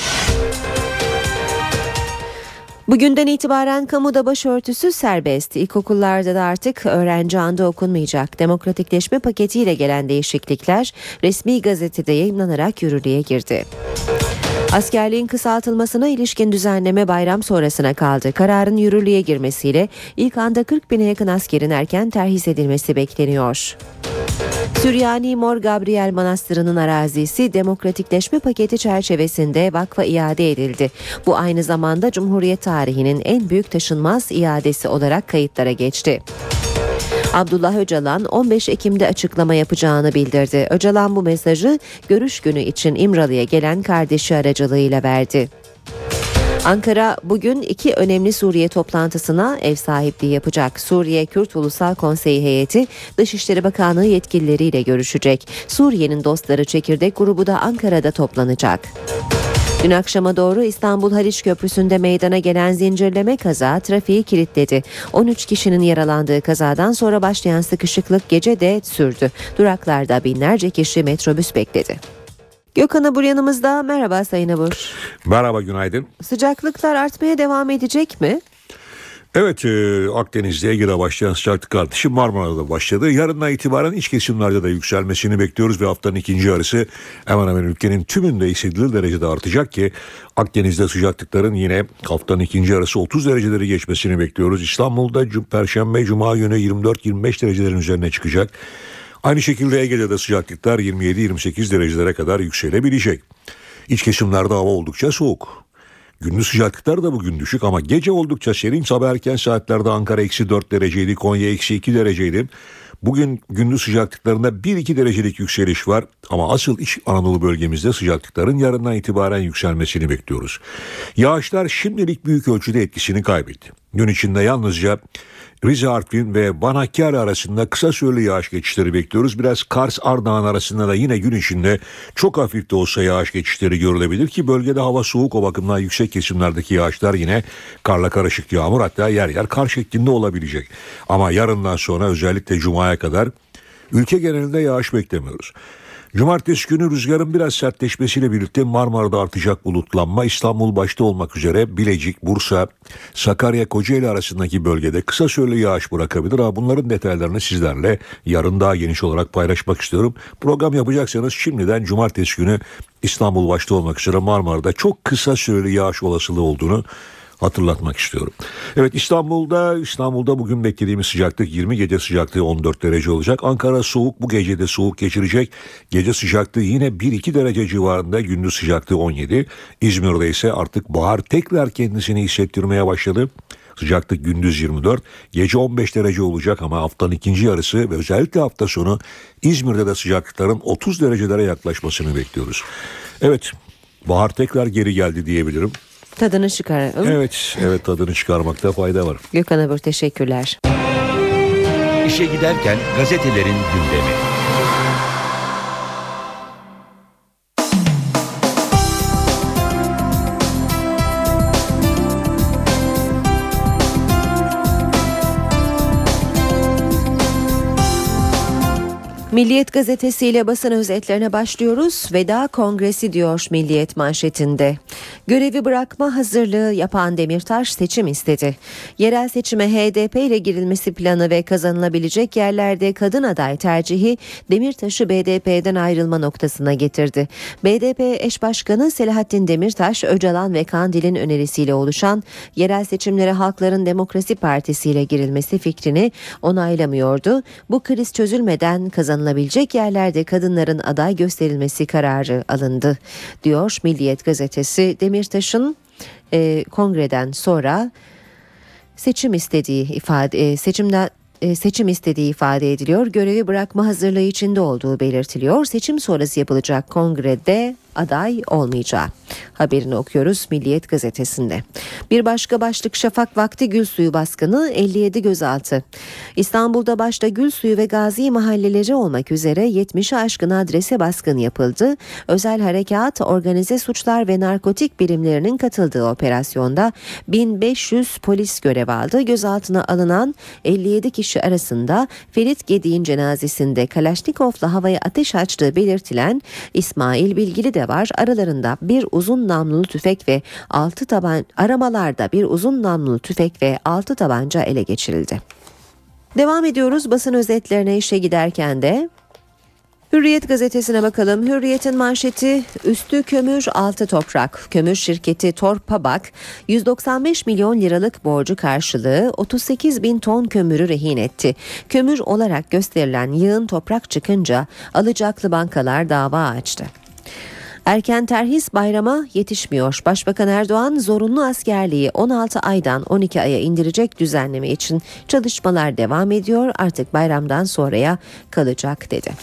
Bugünden itibaren kamuda başörtüsü serbest. İlkokullarda da artık öğrenci andı okunmayacak. Demokratikleşme paketiyle gelen değişiklikler resmi gazetede yayımlanarak yürürlüğe girdi. Askerliğin kısaltılmasına ilişkin düzenleme bayram sonrasına kaldı. Kararın yürürlüğe girmesiyle ilk anda kırk bine yakın askerin erken terhis edilmesi bekleniyor. Süryani Mor Gabriel Manastırı'nın arazisi demokratikleşme paketi çerçevesinde vakfa iade edildi. Bu aynı zamanda Cumhuriyet tarihinin en büyük taşınmaz iadesi olarak kayıtlara geçti. Abdullah Öcalan on beş Ekim'de açıklama yapacağını bildirdi. Öcalan bu mesajı görüş günü için İmralı'ya gelen kardeşi aracılığıyla verdi. Ankara bugün iki önemli Suriye toplantısına ev sahipliği yapacak. Suriye Kürt Ulusal Konseyi heyeti Dışişleri Bakanlığı yetkilileriyle görüşecek. Suriye'nin dostları çekirdek grubu da Ankara'da toplanacak. Dün akşama doğru İstanbul Haliç Köprüsü'nde meydana gelen zincirleme kaza trafiği kilitledi. on üç kişinin yaralandığı kazadan sonra başlayan sıkışıklık gece de sürdü. Duraklarda binlerce kişi metrobüs bekledi. Gökhan Abur yanımızda. Merhaba Sayın Abur. Merhaba, günaydın. Sıcaklıklar artmaya devam edecek mi? Evet, e, Akdeniz'de Ege'de başlayan sıcaklık artışı Marmara'da başladı. Yarından itibaren iç kesimlerde de yükselmesini bekliyoruz ve haftanın ikinci yarısı hemen hemen ülkenin tümünde hissedilir derecede artacak ki Akdeniz'de sıcaklıkların yine haftanın ikinci yarısı otuz dereceleri geçmesini bekliyoruz. İstanbul'da Perşembe Cuma günü yirmi dört yirmi beş derecelerin üzerine çıkacak. Aynı şekilde Ege'de de sıcaklıklar yirmi yedi yirmi sekiz derecelere kadar yükselebilecek. İç kesimlerde hava oldukça soğuk. Gündüz sıcaklıklar da bugün düşük ama gece oldukça serin. Sabah erken saatlerde Ankara eksi dört dereceydi, Konya eksi iki dereceydi. Bugün gündüz sıcaklıklarında bir iki derecelik yükseliş var ama asıl İç Anadolu bölgemizde sıcaklıkların yarından itibaren yükselmesini bekliyoruz. Yağışlar şimdilik büyük ölçüde etkisini kaybetti. Gün içinde yalnızca Rize, Artvin ve Van Hakkari arasında kısa süreli yağış geçişleri bekliyoruz. Biraz Kars, Ardahan arasında da yine gün içinde çok hafif de olsa yağış geçişleri görülebilir ki bölgede hava soğuk, o bakımdan yüksek kesimlerdeki yağışlar yine karla karışık yağmur, hatta yer yer kar şeklinde olabilecek. Ama yarından sonra özellikle Cuma'ya kadar ülke genelinde yağış beklemiyoruz. Cumartesi günü rüzgarın biraz sertleşmesiyle birlikte Marmara'da artacak bulutlanma, İstanbul başta olmak üzere Bilecik, Bursa, Sakarya, Kocaeli arasındaki bölgede kısa süreli yağış bırakabilir. Ha, bunların detaylarını sizlerle yarın daha geniş olarak paylaşmak istiyorum. Program yapacaksanız şimdiden cumartesi günü İstanbul başta olmak üzere Marmara'da çok kısa süreli yağış olasılığı olduğunu hatırlatmak istiyorum. Evet, İstanbul'da İstanbul'da bugün beklediğimiz sıcaklık yirmi, gece sıcaklığı on dört derece olacak. Ankara soğuk, bu gece de soğuk geçirecek. Gece sıcaklığı yine bir iki derece civarında, gündüz sıcaklığı on yedi. İzmir'de ise artık bahar tekrar kendisini hissettirmeye başladı. Sıcaklık gündüz yirmi dört, gece on beş derece olacak ama haftanın ikinci yarısı ve özellikle hafta sonu İzmir'de de sıcaklıkların otuz derecelere yaklaşmasını bekliyoruz. Evet, bahar tekrar geri geldi diyebilirim. Tadını çıkaralım. Evet, evet tadını çıkarmakta fayda var. Gökhan Abur, teşekkürler. İşe giderken gazetelerin gündemi. Milliyet gazetesiyle basın özetlerine başlıyoruz. Veda kongresi diyor Milliyet manşetinde. Görevi bırakma hazırlığı yapan Demirtaş seçim istedi. Yerel seçime H D P ile girilmesi planı ve kazanılabilecek yerlerde kadın aday tercihi Demirtaş'ı B D P'den ayrılma noktasına getirdi. B D P eş başkanı Selahattin Demirtaş, Öcalan ve Kandil'in önerisiyle oluşan yerel seçimlere Halkların Demokrasi Partisi ile girilmesi fikrini onaylamıyordu. Bu kriz çözülmeden kazanılabilecek yerlerde kadınların aday gösterilmesi kararı alındı, diyor Milliyet gazetesi. Demirtaş'ın e, kongreden sonra seçim istediği ifade e, seçimden e, seçim istediği ifade ediliyor. Görevi bırakma hazırlığı içinde olduğu belirtiliyor. Seçim sonrası yapılacak kongrede aday olmayacağı haberini okuyoruz Milliyet gazetesinde. Bir başka başlık Şafak vakti gül suyu baskını, elli yedi gözaltı. İstanbul'da başta Gülsuyu ve Gazi mahalleleri olmak üzere yetmişe aşkın adrese baskın yapıldı. Özel harekat, organize suçlar ve narkotik birimlerinin katıldığı operasyonda bin beş yüz polis görev aldı. Gözaltına alınan elli yedi kişi arasında Ferit Gedik'in cenazesinde Kalaşnikov'la havaya ateş açtığı belirtilen İsmail Bilgili de var. Aralarında bir uzun namlulu tüfek ve altı taban aramalarda bir uzun namlulu tüfek ve altı tabanca ele geçirildi. Devam ediyoruz basın özetlerine işe giderken de Hürriyet gazetesine bakalım. Hürriyet'in manşeti üstü kömür altı toprak. Kömür şirketi Torpabak yüz doksan beş milyon liralık borcu karşılığı otuz sekiz bin ton kömürü rehin etti. Kömür olarak gösterilen yığın toprak çıkınca alacaklı bankalar dava açtı. Erken terhis bayrama yetişmiyor. Başbakan Erdoğan zorunlu askerliği on altı aydan on iki aya indirecek düzenleme için çalışmalar devam ediyor. Artık bayramdan sonraya kalacak dedi.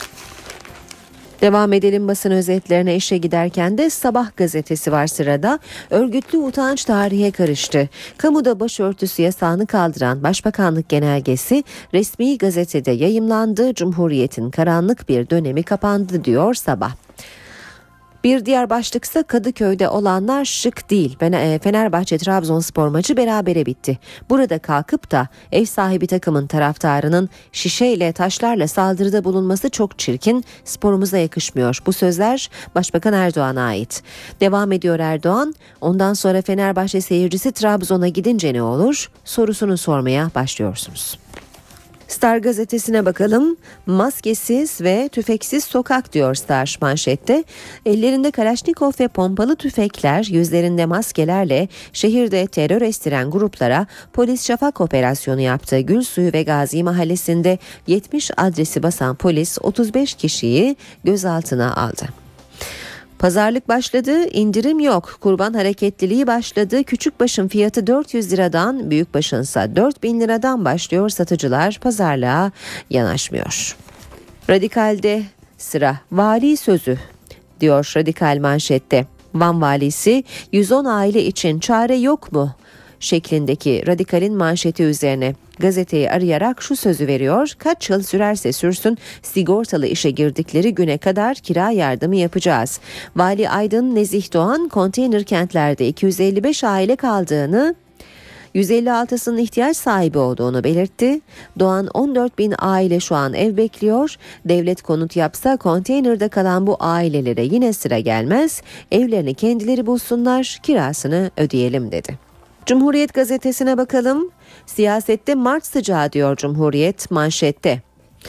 Devam edelim basın özetlerine işe giderken de Sabah gazetesi var sırada. Örgütlü utanç tarihe karıştı. Kamuda başörtüsü yasağını kaldıran Başbakanlık genelgesi resmi gazetede yayımlandı. Cumhuriyet'in karanlık bir dönemi kapandı diyor Sabah. Bir diğer başlıksa Kadıköy'de olanlar şık değil. Fenerbahçe Trabzonspor maçı berabere bitti. Burada kalkıp da ev sahibi takımın taraftarının şişeyle taşlarla saldırıda bulunması çok çirkin, sporumuza yakışmıyor. Bu sözler Başbakan Erdoğan'a ait. Devam ediyor Erdoğan. Ondan sonra Fenerbahçe seyircisi Trabzon'a gidince ne olur sorusunu sormaya başlıyorsunuz. Star gazetesine bakalım. Maskesiz ve tüfeksiz sokak diyor Star manşette. Ellerinde Kalaşnikov ve pompalı tüfekler, yüzlerinde maskelerle şehirde terör estiren gruplara polis şafak operasyonu yaptı. Gülsuyu ve Gazi mahallesinde yetmiş adresi basan polis otuz beş kişiyi gözaltına aldı. Pazarlık başladı, indirim yok. Kurban hareketliliği başladı. Küçük başın fiyatı dört yüz liradan, büyük başınsa dört bin liradan başlıyor. Satıcılar pazarlığa yanaşmıyor. Radikal'de sıra vali sözü diyor Radikal manşette. Van valisi yüz on aile için çare yok mu şeklindeki Radikal'in manşeti üzerine gazeteyi arayarak şu sözü veriyor. Kaç yıl sürerse sürsün sigortalı işe girdikleri güne kadar kira yardımı yapacağız. Vali Aydın Nezih Doğan konteyner kentlerde iki yüz elli beş aile kaldığını, yüz elli altısının ihtiyaç sahibi olduğunu belirtti. Doğan on dört bin aile şu an ev bekliyor. Devlet konut yapsa konteynerde kalan bu ailelere yine sıra gelmez. Evlerini kendileri bulsunlar, kirasını ödeyelim dedi. Cumhuriyet gazetesine bakalım. Siyasette Mart sıcağı diyor Cumhuriyet manşette.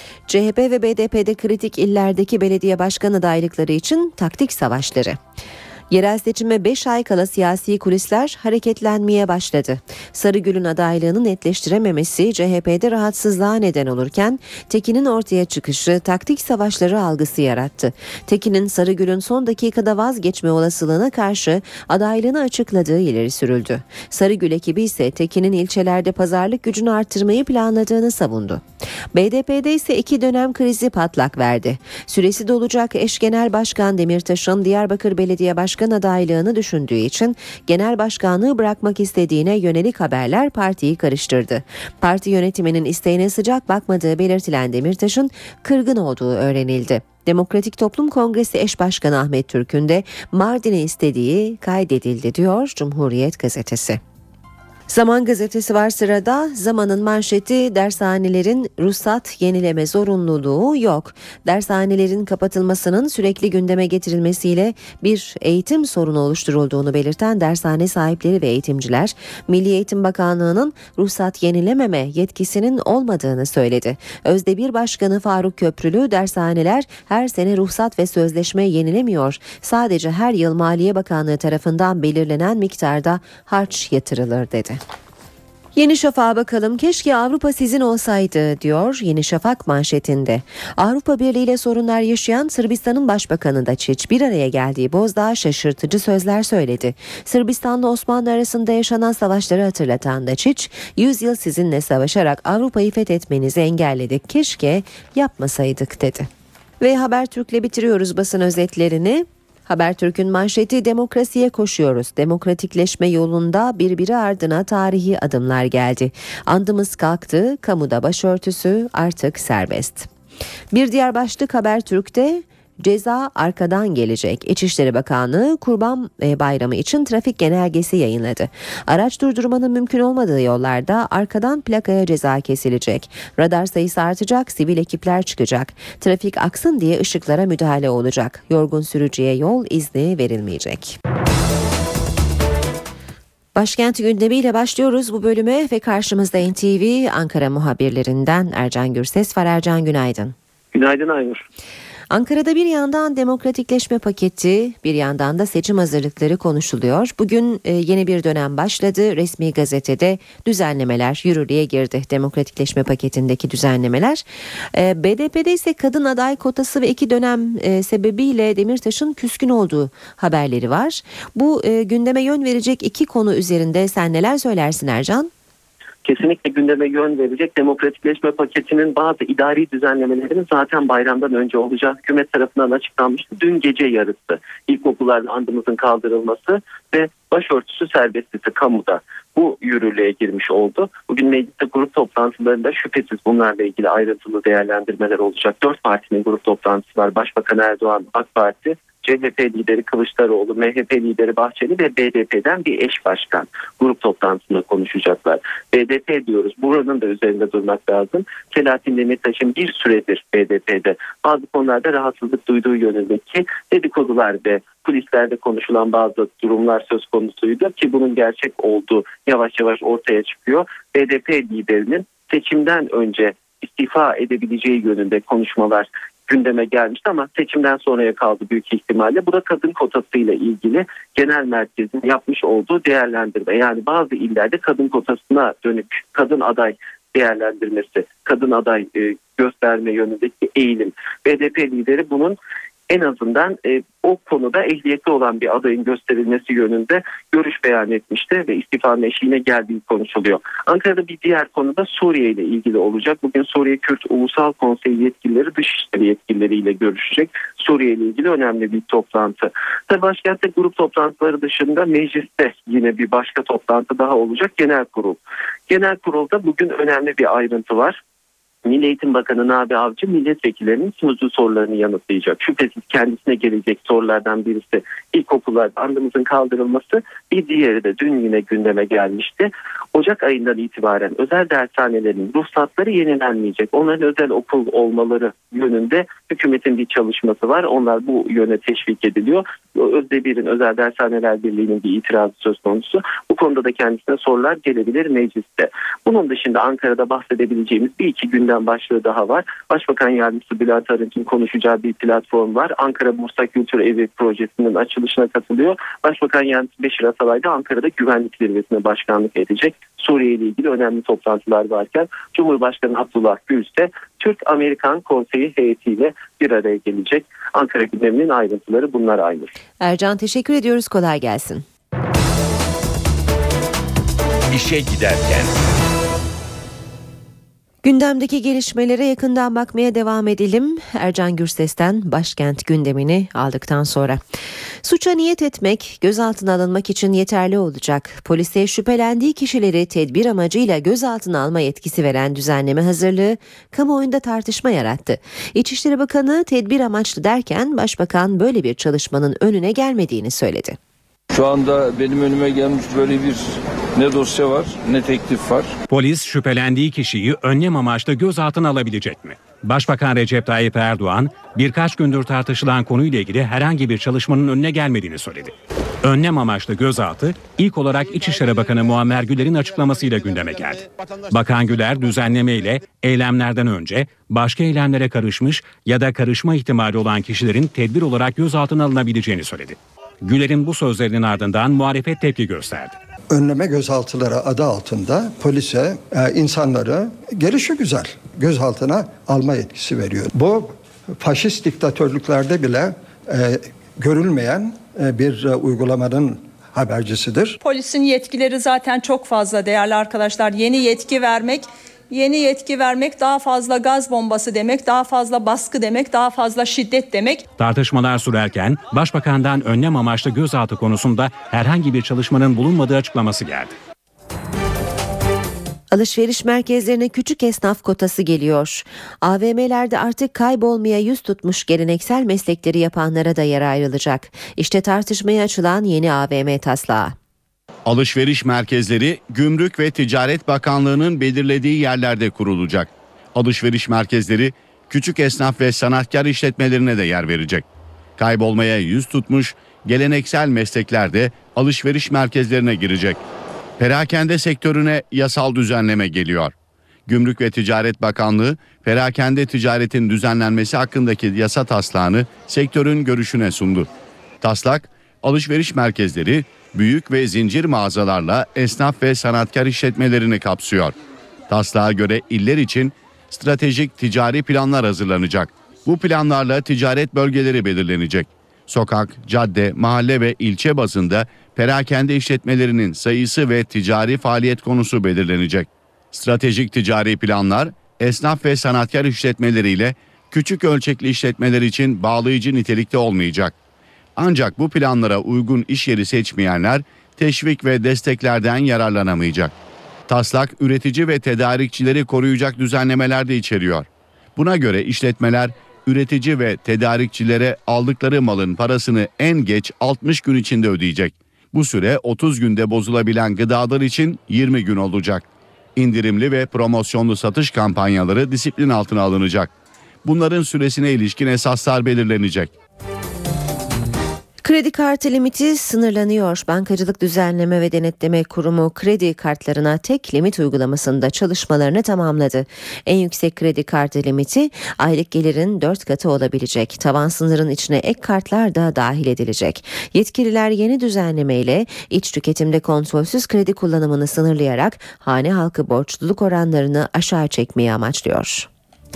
C H P ve B D P'de kritik illerdeki belediye başkan adaylıkları için taktik savaşları. Yerel seçime beş ay kala siyasi kulisler hareketlenmeye başladı. Sarıgül'ün adaylığını netleştirememesi C H P'de rahatsızlığa neden olurken Tekin'in ortaya çıkışı taktik savaşları algısı yarattı. Tekin'in Sarıgül'ün son dakikada vazgeçme olasılığına karşı adaylığını açıkladığı ileri sürüldü. Sarıgül ekibi ise Tekin'in ilçelerde pazarlık gücünü artırmayı planladığını savundu. B D P'de ise iki dönem krizi patlak verdi. Süresi dolacak eş genel başkan Demirtaş'ın Diyarbakır Belediye Başkanı adaylığını düşündüğü için genel başkanlığı bırakmak istediğine yönelik haberler partiyi karıştırdı. Parti yönetiminin isteğine sıcak bakmadığı belirtilen Demirtaş'ın kırgın olduğu öğrenildi. Demokratik Toplum Kongresi eş başkanı Ahmet Türk'ün de Mardin'i istediği kaydedildi diyor Cumhuriyet gazetesi. Zaman gazetesi var sırada. Zamanın manşeti dershanelerin ruhsat yenileme zorunluluğu yok. Dershanelerin kapatılmasının sürekli gündeme getirilmesiyle bir eğitim sorunu oluşturulduğunu belirten dershane sahipleri ve eğitimciler, Milli Eğitim Bakanlığı'nın ruhsat yenilememe yetkisinin olmadığını söyledi. Özdebir Başkanı Faruk Köprülü, dershaneler her sene ruhsat ve sözleşme yenilemiyor. Sadece her yıl Maliye Bakanlığı tarafından belirlenen miktarda harç yatırılır dedi. Yeni Şafak'a bakalım. Keşke Avrupa sizin olsaydı diyor Yeni Şafak manşetinde. Avrupa Birliği ile sorunlar yaşayan Sırbistan'ın Başbakanı Dačić bir araya geldiği Bozdağ'a şaşırtıcı sözler söyledi. Sırbistan'la Osmanlı arasında yaşanan savaşları hatırlatan Dačić, yüz yıl sizinle savaşarak Avrupa'yı fethetmenizi engelledik. Keşke yapmasaydık dedi. Ve Habertürk'le bitiriyoruz basın özetlerini. Habertürk'ün manşeti demokrasiye koşuyoruz. Demokratikleşme yolunda birbiri ardına tarihi adımlar geldi. Andımız kalktı, kamuda başörtüsü artık serbest. Bir diğer başlık Habertürk'te ceza arkadan gelecek. İçişleri Bakanlığı Kurban Bayramı için trafik genelgesi yayınladı. Araç durdurmanın mümkün olmadığı yollarda arkadan plakaya ceza kesilecek. Radar sayısı artacak, sivil ekipler çıkacak. Trafik aksın diye ışıklara müdahale olacak. Yorgun sürücüye yol izni verilmeyecek. Başkent gündemiyle başlıyoruz bu bölüme ve karşımızda N T V Ankara muhabirlerinden Ercan Gürses var. Ercan, günaydın. Günaydın Aynur. Ankara'da bir yandan demokratikleşme paketi, bir yandan da seçim hazırlıkları konuşuluyor. Bugün e, yeni bir dönem başladı. Resmi gazetede düzenlemeler yürürlüğe girdi. Demokratikleşme paketindeki düzenlemeler. E, B D P'de ise kadın aday kotası ve iki dönem e, sebebiyle Demirtaş'ın küskün olduğu haberleri var. Bu e, gündeme yön verecek iki konu üzerinde sen neler söylersin Ercan? Kesinlikle gündeme yön verecek demokratikleşme paketinin bazı idari düzenlemelerinin zaten bayramdan önce olacağı hükümet tarafından açıklanmıştı. Dün gece yarısı ilkokullarda andımızın kaldırılması ve başörtüsü serbestisi kamuda bu yürürlüğe girmiş oldu. Bugün mecliste grup toplantılarında şüphesiz bunlarla ilgili ayrıntılı değerlendirmeler olacak. Dört partinin grup toplantısı var. Başbakan Erdoğan, AK Parti, C H P lideri Kılıçdaroğlu, M H P lideri Bahçeli ve B D P'den bir eş başkan grup toplantısında konuşacaklar. B D P diyoruz. Buranın da üzerinde durmak lazım. Selahattin Demirtaş'ın bir süredir B D P'de bazı konularda rahatsızlık duyduğu yönündeki dedikodular ve kulislerde konuşulan bazı durumlar söz konusuydu ki bunun gerçek olduğu yavaş yavaş ortaya çıkıyor. B D P liderinin seçimden önce istifa edebileceği yönünde konuşmalar gündeme gelmişti ama seçimden sonraya kaldı büyük ihtimalle. Bu da kadın kotasıyla ilgili genel merkezin yapmış olduğu değerlendirme. Yani bazı illerde kadın kotasına dönük kadın aday değerlendirmesi, kadın aday e, gösterme yönündeki eğilim. B D P lideri bunun en azından e, o konuda ehliyeti olan bir adayın gösterilmesi yönünde görüş beyan etmişti ve istifanın eşiğine geldiği konuşuluyor. Ankara'da bir diğer konuda Suriye ile ilgili olacak. Bugün Suriye Kürt Ulusal Konseyi yetkilileri Dışişleri yetkilileriyle görüşecek. Suriye ile ilgili önemli bir toplantı. Tabii başkentte grup toplantıları dışında mecliste yine bir başka toplantı daha olacak. Genel kurul. Genel kurulda bugün önemli bir ayrıntı var. Milli Eğitim Bakanı Nabi Avcı milletvekillerinin sözlü sorularını yanıtlayacak. Şüphesiz kendisine gelecek sorulardan birisi ilkokullarda andımızın kaldırılması, bir diğeri de dün yine gündeme gelmişti. Ocak ayından itibaren özel dershanelerin ruhsatları yenilenmeyecek. Onların özel okul olmaları yönünde hükümetin bir çalışması var. Onlar bu yöne teşvik ediliyor. Özdebir'in Özel Dershaneler Birliği'nin bir itirazı söz konusu. Bu konuda da kendisine sorular gelebilir mecliste. Bunun dışında Ankara'da bahsedebileceğimiz bir iki gündem başlığı daha var. Başbakan Yardımcısı Bülent Arınç'ın konuşacağı bir platform var. Ankara Bursa Kültür Evi projesinin açılışına katılıyor. Başbakan Yardımcısı Beşir Atalay da Ankara'da güvenlik zirvesine başkanlık edecek. Suriye ile ilgili önemli toplantılar varken Cumhurbaşkanı Abdullah Gül ise Türk-Amerikan Konseyi heyetiyle bir araya gelecek. Ankara gündeminin ayrıntıları bunlar aynı. Ercan teşekkür ediyoruz. Kolay gelsin. İşe giderken. Gündemdeki gelişmelere yakından bakmaya devam edelim. Ercan Gürses'ten başkent gündemini aldıktan sonra. Suça niyet etmek gözaltına alınmak için yeterli olacak. Polise şüphelendiği kişileri tedbir amacıyla gözaltına alma yetkisi veren düzenleme hazırlığı kamuoyunda tartışma yarattı. İçişleri Bakanı tedbir amaçlı derken Başbakan böyle bir çalışmanın önüne gelmediğini söyledi. Şu anda benim önüme gelmiş böyle bir ne dosya var ne teklif var. Polis şüphelendiği kişiyi önlem amaçlı gözaltına alabilecek mi? Başbakan Recep Tayyip Erdoğan birkaç gündür tartışılan konuyla ilgili herhangi bir çalışmanın önüne gelmediğini söyledi. Önlem amaçlı gözaltı ilk olarak İçişleri Bakanı Muammer Güler'in açıklamasıyla gündeme geldi. Bakan Güler düzenlemeyle eylemlerden önce başka eylemlere karışmış ya da karışma ihtimali olan kişilerin tedbir olarak gözaltına alınabileceğini söyledi. Güler'in bu sözlerinin ardından muhalefet tepki gösterdi. Önleme gözaltıları adı altında polise e, insanları gelişigüzel gözaltına alma yetkisi veriyor. Bu faşist diktatörlüklerde bile e, görülmeyen e, bir e, uygulamanın habercisidir. Polisin yetkileri zaten çok fazla değerli arkadaşlar. Yeni yetki vermek, yeni yetki vermek daha fazla gaz bombası demek, daha fazla baskı demek, daha fazla şiddet demek. Tartışmalar sürerken Başbakan'dan önlem amaçlı gözaltı konusunda herhangi bir çalışmanın bulunmadığı açıklaması geldi. Alışveriş merkezlerine küçük esnaf kotası geliyor. A V M'lerde artık kaybolmaya yüz tutmuş geleneksel meslekleri yapanlara da yer ayrılacak. İşte tartışmaya açılan yeni A V M taslağı. Alışveriş merkezleri Gümrük ve Ticaret Bakanlığı'nın belirlediği yerlerde kurulacak. Alışveriş merkezleri küçük esnaf ve sanatkar işletmelerine de yer verecek. Kaybolmaya yüz tutmuş geleneksel meslekler de alışveriş merkezlerine girecek. Perakende sektörüne yasal düzenleme geliyor. Gümrük ve Ticaret Bakanlığı perakende ticaretin düzenlenmesi hakkındaki yasa taslağını sektörün görüşüne sundu. Taslak, alışveriş merkezleri, büyük ve zincir mağazalarla esnaf ve sanatkar işletmelerini kapsıyor. Taslağa göre iller için stratejik ticari planlar hazırlanacak. Bu planlarla ticaret bölgeleri belirlenecek. Sokak, cadde, mahalle ve ilçe bazında perakende işletmelerinin sayısı ve ticari faaliyet konusu belirlenecek. Stratejik ticari planlar esnaf ve sanatkar işletmeleriyle küçük ölçekli işletmeler için bağlayıcı nitelikte olmayacak. Ancak bu planlara uygun iş yeri seçmeyenler teşvik ve desteklerden yararlanamayacak. Taslak üretici ve tedarikçileri koruyacak düzenlemeler de içeriyor. Buna göre işletmeler üretici ve tedarikçilere aldıkları malın parasını en geç altmış gün içinde ödeyecek. Bu süre otuz günde bozulabilen gıdalar için yirmi gün olacak. İndirimli ve promosyonlu satış kampanyaları disiplin altına alınacak. Bunların süresine ilişkin esaslar belirlenecek. Kredi kartı limiti sınırlanıyor. Bankacılık Düzenleme ve Denetleme Kurumu kredi kartlarına tek limit uygulamasında çalışmalarını tamamladı. En yüksek kredi kartı limiti aylık gelirin dört katı olabilecek. Tavan sınırın içine ek kartlar da dahil edilecek. Yetkililer yeni düzenlemeyle iç tüketimde kontrolsüz kredi kullanımını sınırlayarak hane halkı borçluluk oranlarını aşağı çekmeyi amaçlıyor.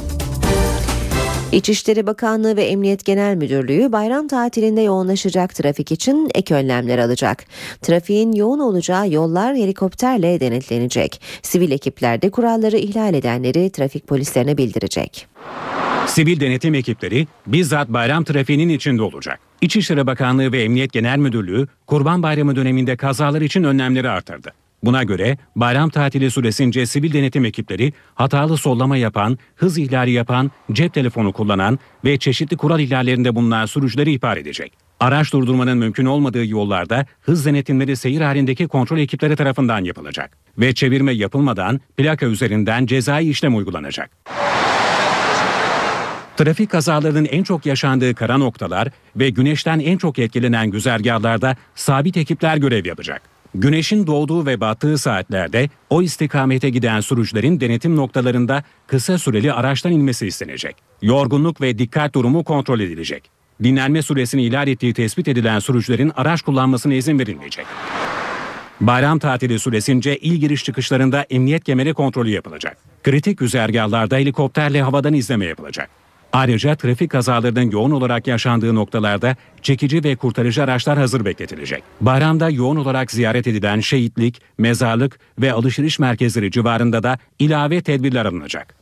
İçişleri Bakanlığı ve Emniyet Genel Müdürlüğü bayram tatilinde yoğunlaşacak trafik için ek önlemler alacak. Trafiğin yoğun olacağı yollar helikopterle denetlenecek. Sivil ekipler de kuralları ihlal edenleri trafik polislerine bildirecek. Sivil denetim ekipleri bizzat bayram trafiğinin içinde olacak. İçişleri Bakanlığı ve Emniyet Genel Müdürlüğü Kurban Bayramı döneminde kazalar için önlemleri artırdı. Buna göre bayram tatili süresince sivil denetim ekipleri hatalı sollama yapan, hız ihlali yapan, cep telefonu kullanan ve çeşitli kural ihlallerinde bulunan sürücüleri ihbar edecek. Araç durdurmanın mümkün olmadığı yollarda hız denetimleri seyir halindeki kontrol ekipleri tarafından yapılacak ve çevirme yapılmadan plaka üzerinden cezai işlem uygulanacak. Trafik kazalarının en çok yaşandığı kara noktalar ve güneşten en çok etkilenen güzergahlarda sabit ekipler görev yapacak. Güneşin doğduğu ve battığı saatlerde o istikamete giden sürücülerin denetim noktalarında kısa süreli araçtan inmesi istenecek. Yorgunluk ve dikkat durumu kontrol edilecek. Dinlenme süresini ihlal ettiği tespit edilen sürücülerin araç kullanmasına izin verilmeyecek. Bayram tatili süresince il giriş çıkışlarında emniyet kemeri kontrolü yapılacak. Kritik güzergahlarda helikopterle havadan izleme yapılacak. Ayrıca trafik kazalarının yoğun olarak yaşandığı noktalarda çekici ve kurtarıcı araçlar hazır bekletilecek. Bayramda yoğun olarak ziyaret edilen şehitlik, mezarlık ve alışveriş merkezleri civarında da ilave tedbirler alınacak.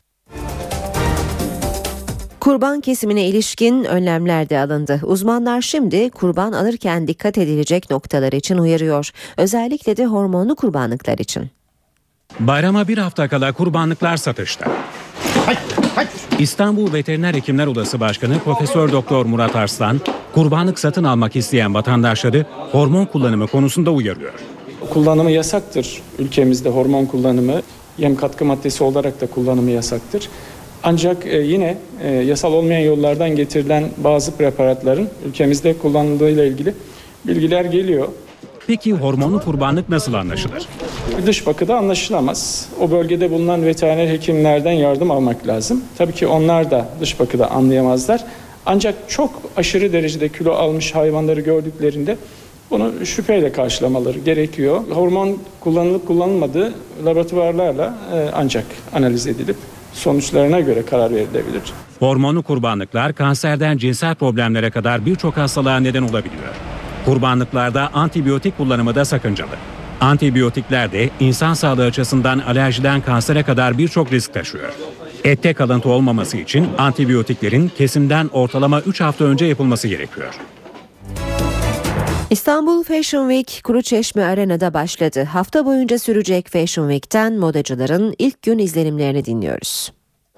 Kurban kesimine ilişkin önlemler de alındı. Uzmanlar şimdi kurban alırken dikkat edilecek noktalar için uyarıyor. Özellikle de hormonlu kurbanlıklar için. Bayrama bir hafta kala kurbanlıklar satışta. İstanbul Veteriner Hekimler Odası Başkanı Profesör Doktor Murat Arslan, kurbanlık satın almak isteyen vatandaşları hormon kullanımı konusunda uyarıyor. Kullanımı yasaktır ülkemizde, hormon kullanımı, yem katkı maddesi olarak da kullanımı yasaktır. Ancak yine yasal olmayan yollardan getirilen bazı preparatların ülkemizde kullanıldığıyla ilgili bilgiler geliyor. Peki hormonlu kurbanlık nasıl anlaşılır? Dış bakıda anlaşılamaz. O bölgede bulunan veteriner hekimlerden yardım almak lazım. Tabii ki onlar da dış bakıda anlayamazlar. Ancak çok aşırı derecede kilo almış hayvanları gördüklerinde bunu şüpheyle karşılamaları gerekiyor. Hormon kullanılıp kullanılmadığı laboratuvarlarla ancak analiz edilip sonuçlarına göre karar verilebilir. Hormonlu kurbanlıklar kanserden cinsel problemlere kadar birçok hastalığa neden olabiliyor. Kurbanlıklarda antibiyotik kullanımı da sakıncalı. Antibiyotikler de insan sağlığı açısından alerjiden kansere kadar birçok risk taşıyor. Ette kalıntı olmaması için antibiyotiklerin kesimden ortalama üç hafta önce yapılması gerekiyor. İstanbul Fashion Week Kuruçeşme Arena'da başladı. Hafta boyunca sürecek Fashion Week'ten modacıların ilk gün izlenimlerini dinliyoruz.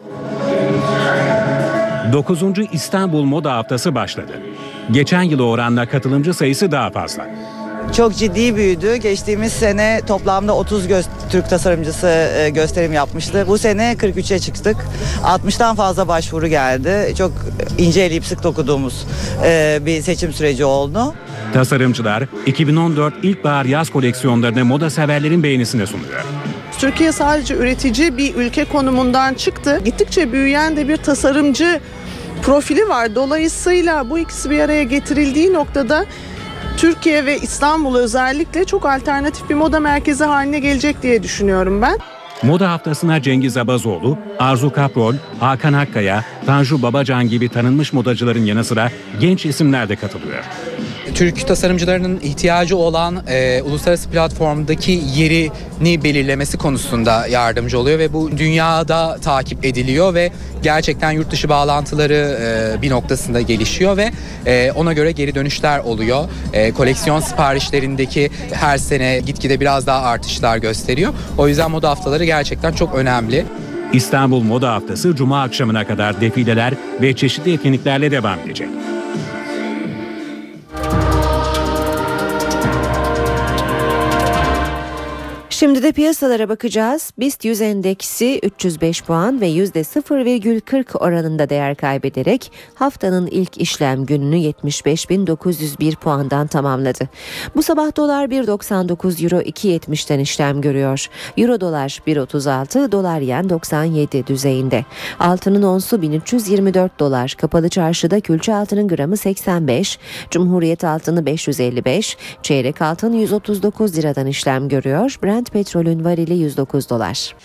dokuzuncu İstanbul Moda Haftası başladı. Geçen yıla oranla katılımcı sayısı daha fazla. Çok ciddi büyüdü. Geçtiğimiz sene toplamda otuz gö- Türk tasarımcısı e, gösterim yapmıştı. Bu sene kırk üçe çıktık. altmıştan fazla başvuru geldi. Çok ince eleyip sık dokuduğumuz e, bir seçim süreci oldu. Tasarımcılar iki bin on dört ilkbahar yaz koleksiyonlarını moda severlerin beğenisine sunuyor. Türkiye sadece üretici bir ülke konumundan çıktı. Gittikçe büyüyen de bir tasarımcı profili var. Dolayısıyla bu ikisi bir araya getirildiği noktada Türkiye ve İstanbul özellikle çok alternatif bir moda merkezi haline gelecek diye düşünüyorum ben. Moda haftasına Cengiz Abazoğlu, Arzu Kaprol, Hakan Akkaya, Tanju Babacan gibi tanınmış modacıların yanı sıra genç isimler de katılıyor. Türk tasarımcılarının ihtiyacı olan e, uluslararası platformdaki yerini belirlemesi konusunda yardımcı oluyor ve bu dünyada takip ediliyor ve gerçekten yurt dışı bağlantıları e, bir noktasında gelişiyor ve e, ona göre geri dönüşler oluyor. E, koleksiyon siparişlerindeki her sene gitgide biraz daha artışlar gösteriyor. O yüzden moda haftaları gerçekten çok önemli. İstanbul Moda Haftası Cuma akşamına kadar defileler ve çeşitli etkinliklerle devam edecek. Şimdi de piyasalara bakacağız. BIST yüz endeksi üç yüz beş puan ve yüzde sıfır virgül kırk oranında değer kaybederek haftanın ilk işlem gününü yetmiş beş bin dokuz yüz bir puandan tamamladı. Bu sabah dolar bir doksan dokuz, euro iki yetmişten işlem görüyor. Euro dolar bir otuz altı, dolar yen doksan yedi düzeyinde. Altının onsu bin üç yüz yirmi dört dolar. Kapalı çarşıda külçe altının gramı seksen beş, Cumhuriyet altını beş yüz elli beş, çeyrek altın yüz otuz dokuz liradan işlem görüyor. Brent petrolün varili yüz dokuz dolar.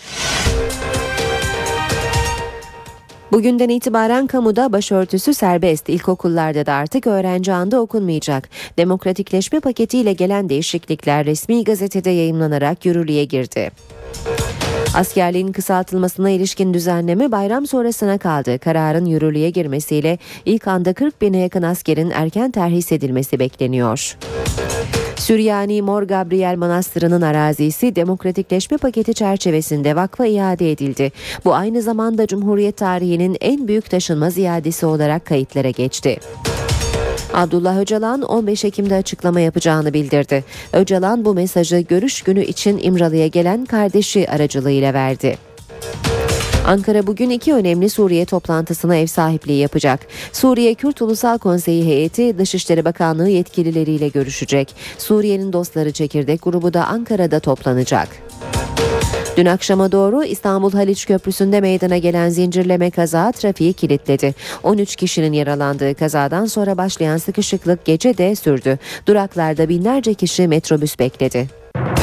Bugünden itibaren kamuda başörtüsü serbest. İlkokullarda da artık öğrenci andı okunmayacak. Demokratikleşme paketiyle gelen değişiklikler resmi gazetede yayımlanarak yürürlüğe girdi. Askerliğin kısaltılmasına ilişkin düzenleme bayram sonrasına kaldı. Kararın yürürlüğe girmesiyle ilk anda kırk bine yakın askerin erken terhis edilmesi bekleniyor. Süryani Mor Gabriel Manastırı'nın arazisi demokratikleşme paketi çerçevesinde vakfa iade edildi. Bu aynı zamanda Cumhuriyet tarihinin en büyük taşınmaz iadesi olarak kayıtlara geçti. Abdullah Öcalan on beş Ekim'de açıklama yapacağını bildirdi. Öcalan bu mesajı görüş günü için İmralı'ya gelen kardeşi aracılığıyla verdi. Ankara bugün iki önemli Suriye toplantısına ev sahipliği yapacak. Suriye Kürt Ulusal Konseyi heyeti Dışişleri Bakanlığı yetkilileriyle görüşecek. Suriye'nin dostları çekirdek grubu da Ankara'da toplanacak. Dün akşama doğru İstanbul Haliç Köprüsü'nde meydana gelen zincirleme kaza trafiği kilitledi. on üç kişinin yaralandığı kazadan sonra başlayan sıkışıklık gece de sürdü. Duraklarda binlerce kişi metrobüs bekledi.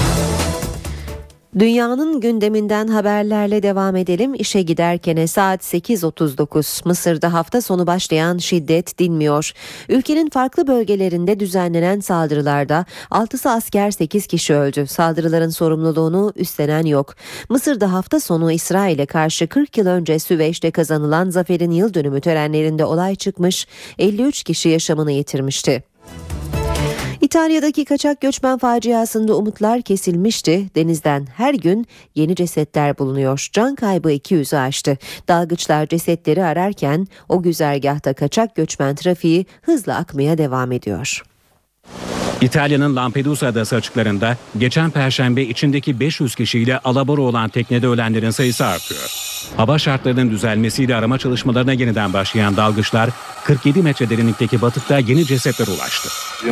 Dünyanın gündeminden haberlerle devam edelim. İşe giderken saat sekiz otuz dokuz. Mısır'da hafta sonu başlayan şiddet dinmiyor. Ülkenin farklı bölgelerinde düzenlenen saldırılarda altısı asker sekiz kişi öldü. Saldırıların sorumluluğunu üstlenen yok. Mısır'da hafta sonu İsrail'e karşı kırk yıl önce Süveyş'te kazanılan zaferin yıl dönümü törenlerinde olay çıkmış, elli üç kişi yaşamını yitirmişti. İtalya'daki kaçak göçmen faciasında umutlar kesilmişti. Denizden her gün yeni cesetler bulunuyor. Can kaybı iki yüzü aştı. Dalgıçlar cesetleri ararken o güzergahta kaçak göçmen trafiği hızla akmaya devam ediyor. İtalya'nın Lampedusa adası açıklarında geçen Perşembe içindeki beş yüz kişiyle alabora olan teknede ölenlerin sayısı artıyor. Hava şartlarının düzelmesiyle arama çalışmalarına yeniden başlayan dalgıçlar kırk yedi metre derinlikteki batıkta yeni cesetler ulaştı.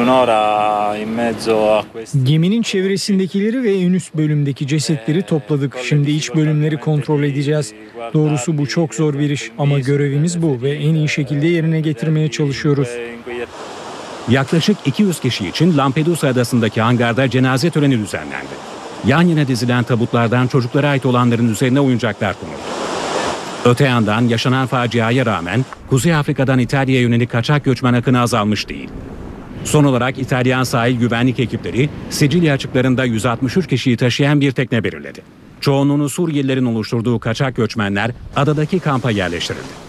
Geminin çevresindekileri ve en üst bölümdeki cesetleri topladık. Şimdi iç bölümleri kontrol edeceğiz. Doğrusu bu çok zor bir iş ama görevimiz bu ve en iyi şekilde yerine getirmeye çalışıyoruz. Yaklaşık iki yüz kişi için Lampedusa adasındaki hangarda cenaze töreni düzenlendi. Yan yana dizilen tabutlardan çocuklara ait olanların üzerine oyuncaklar konuldu. Öte yandan yaşanan faciaya rağmen Kuzey Afrika'dan İtalya'ya yönelik kaçak göçmen akını azalmış değil. Son olarak İtalyan sahil güvenlik ekipleri Sicilya açıklarında yüz altmış üç kişiyi taşıyan bir tekne belirledi. Çoğunluğunu Suriyelilerin oluşturduğu kaçak göçmenler adadaki kampa yerleştirildi.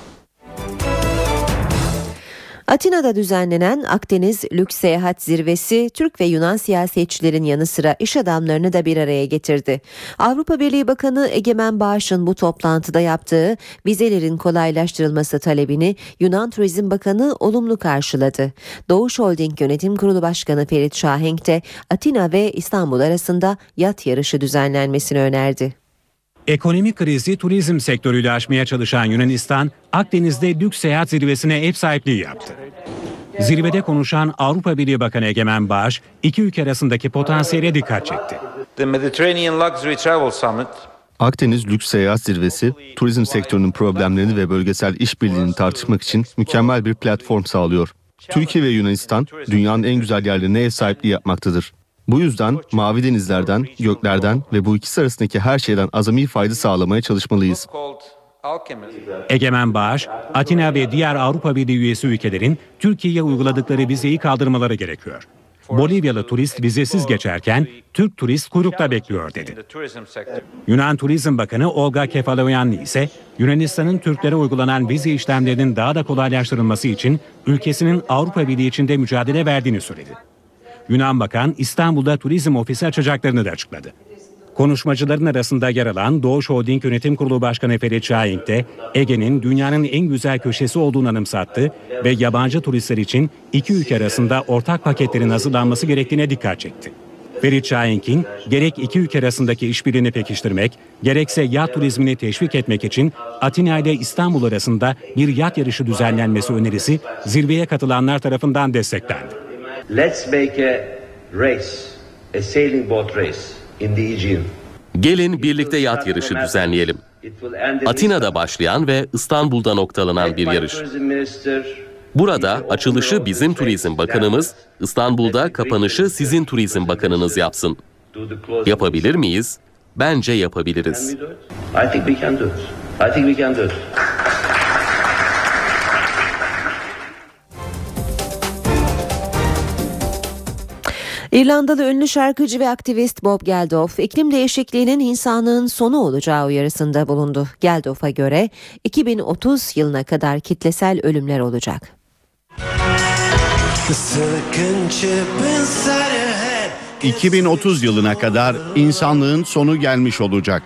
Atina'da düzenlenen Akdeniz Lüks Seyahat Zirvesi Türk ve Yunan siyasetçilerin yanı sıra iş adamlarını da bir araya getirdi. Avrupa Birliği Bakanı Egemen Bağış'ın bu toplantıda yaptığı vizelerin kolaylaştırılması talebini Yunan Turizm Bakanı olumlu karşıladı. Doğuş Holding Yönetim Kurulu Başkanı Ferit Şahenk de Atina ve İstanbul arasında yat yarışı düzenlenmesini önerdi. Ekonomik krizi turizm sektörüyle aşmaya çalışan Yunanistan, Akdeniz'de lüks seyahat zirvesine ev sahipliği yaptı. Zirvede konuşan Avrupa Birliği Bakanı Egemen Bağış, iki ülke arasındaki potansiyele dikkat çekti. Akdeniz Lüks Seyahat Zirvesi, turizm sektörünün problemlerini ve bölgesel işbirliğini tartışmak için mükemmel bir platform sağlıyor. Türkiye ve Yunanistan, dünyanın en güzel yerlerine ev sahipliği yapmaktadır. Bu yüzden mavi denizlerden, göklerden ve bu ikisi arasındaki her şeyden azami fayda sağlamaya çalışmalıyız. Egemen Bağış, Atina ve diğer Avrupa Birliği üyesi ülkelerin Türkiye'ye uyguladıkları vizeyi kaldırmaları gerekiyor. Bolivyalı turist vizesiz geçerken Türk turist kuyrukta bekliyor dedi. Yunan Turizm Bakanı Olga Kefaloyanni ise Yunanistan'ın Türklere uygulanan vize işlemlerinin daha da kolaylaştırılması için ülkesinin Avrupa Birliği içinde mücadele verdiğini söyledi. Yunan Bakan İstanbul'da turizm ofisi açacaklarını da açıkladı. Konuşmacıların arasında yer alan Doğuş Holding Yönetim Kurulu Başkanı Ferit Şahenk de Ege'nin dünyanın en güzel köşesi olduğunu anımsattı ve yabancı turistler için iki ülke arasında ortak paketlerin hazırlanması gerektiğine dikkat çekti. Ferit Şahenk'in gerek iki ülke arasındaki işbirliğini pekiştirmek, gerekse yat turizmini teşvik etmek için Atina ile İstanbul arasında bir yat yarışı düzenlenmesi önerisi zirveye katılanlar tarafından desteklendi. Let's make a race, a sailing boat race in the Aegean. Gelin birlikte yat yarışı düzenleyelim. Atina'da başlayan ve İstanbul'da noktalanan bir yarış. Burada açılışı bizim Turizm Bakanımız, İstanbul'da kapanışı sizin Turizm Bakanınız yapsın. Yapabilir miyiz? Bence yapabiliriz. I think we can do it. I think we can do it. İrlandalı ünlü şarkıcı ve aktivist Bob Geldof, iklim değişikliğinin insanlığın sonu olacağı uyarısında bulundu. Geldof'a göre iki bin otuz yılına kadar kitlesel ölümler olacak. iki bin otuz yılına kadar insanlığın sonu gelmiş olacak.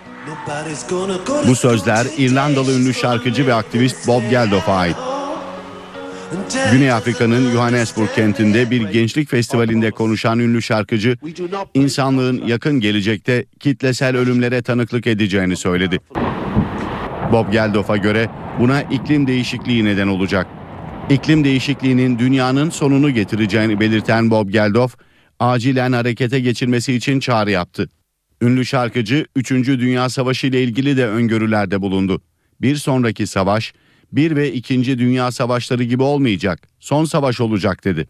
Bu sözler İrlandalı ünlü şarkıcı ve aktivist Bob Geldof'a ait. Güney Afrika'nın Johannesburg kentinde bir gençlik festivalinde konuşan ünlü şarkıcı, insanlığın yakın gelecekte kitlesel ölümlere tanıklık edeceğini söyledi. Bob Geldof'a göre buna iklim değişikliği neden olacak. İklim değişikliğinin dünyanın sonunu getireceğini belirten Bob Geldof, acilen harekete geçilmesi için çağrı yaptı. Ünlü şarkıcı üçüncü. Dünya Savaşı ile ilgili de öngörülerde bulundu. Bir sonraki savaş, bir ve ikinci. Dünya Savaşları gibi olmayacak, son savaş olacak dedi.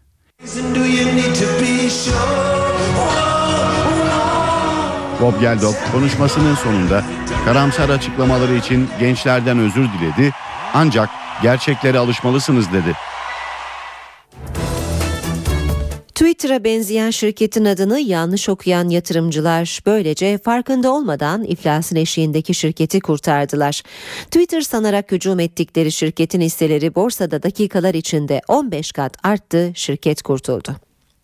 Bob Geldof konuşmasının sonunda karamsar açıklamaları için gençlerden özür diledi, ancak gerçeklere alışmalısınız dedi. Twitter'a benzeyen şirketin adını yanlış okuyan yatırımcılar böylece farkında olmadan iflasın eşiğindeki şirketi kurtardılar. Twitter sanarak hücum ettikleri şirketin hisseleri borsada dakikalar içinde on beş kat arttı, şirket kurtuldu.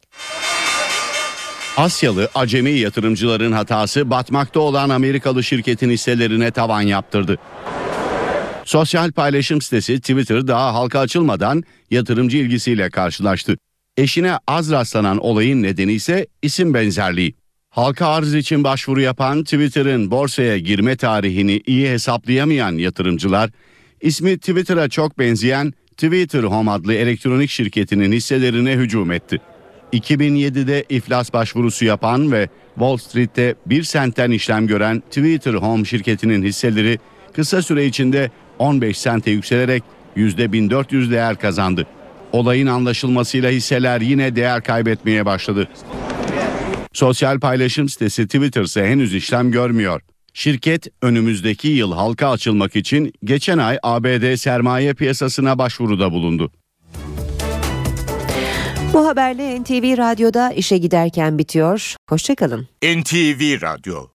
Asyalı acemi yatırımcıların hatası batmakta olan Amerikalı şirketin hisselerine tavan yaptırdı. Sosyal paylaşım sitesi Twitter daha halka açılmadan yatırımcı ilgisiyle karşılaştı. Eşine az rastlanan olayın nedeni ise isim benzerliği. Halka arz için başvuru yapan Twitter'ın borsaya girme tarihini iyi hesaplayamayan yatırımcılar, ismi Twitter'a çok benzeyen Twitter Home adlı elektronik şirketinin hisselerine hücum etti. iki bin yedide iflas başvurusu yapan ve Wall Street'te bir sentten işlem gören Twitter Home şirketinin hisseleri kısa süre içinde on beş sente yükselerek yüzde bin dört yüz değer kazandı. Olayın anlaşılmasıyla hisseler yine değer kaybetmeye başladı. Sosyal paylaşım sitesi Twitter ise henüz işlem görmüyor. Şirket önümüzdeki yıl halka açılmak için geçen ay A B D sermaye piyasasına başvuruda bulundu. Bu haberle N T V Radyo'da işe giderken bitiyor. Hoşça kalın. N T V Radyo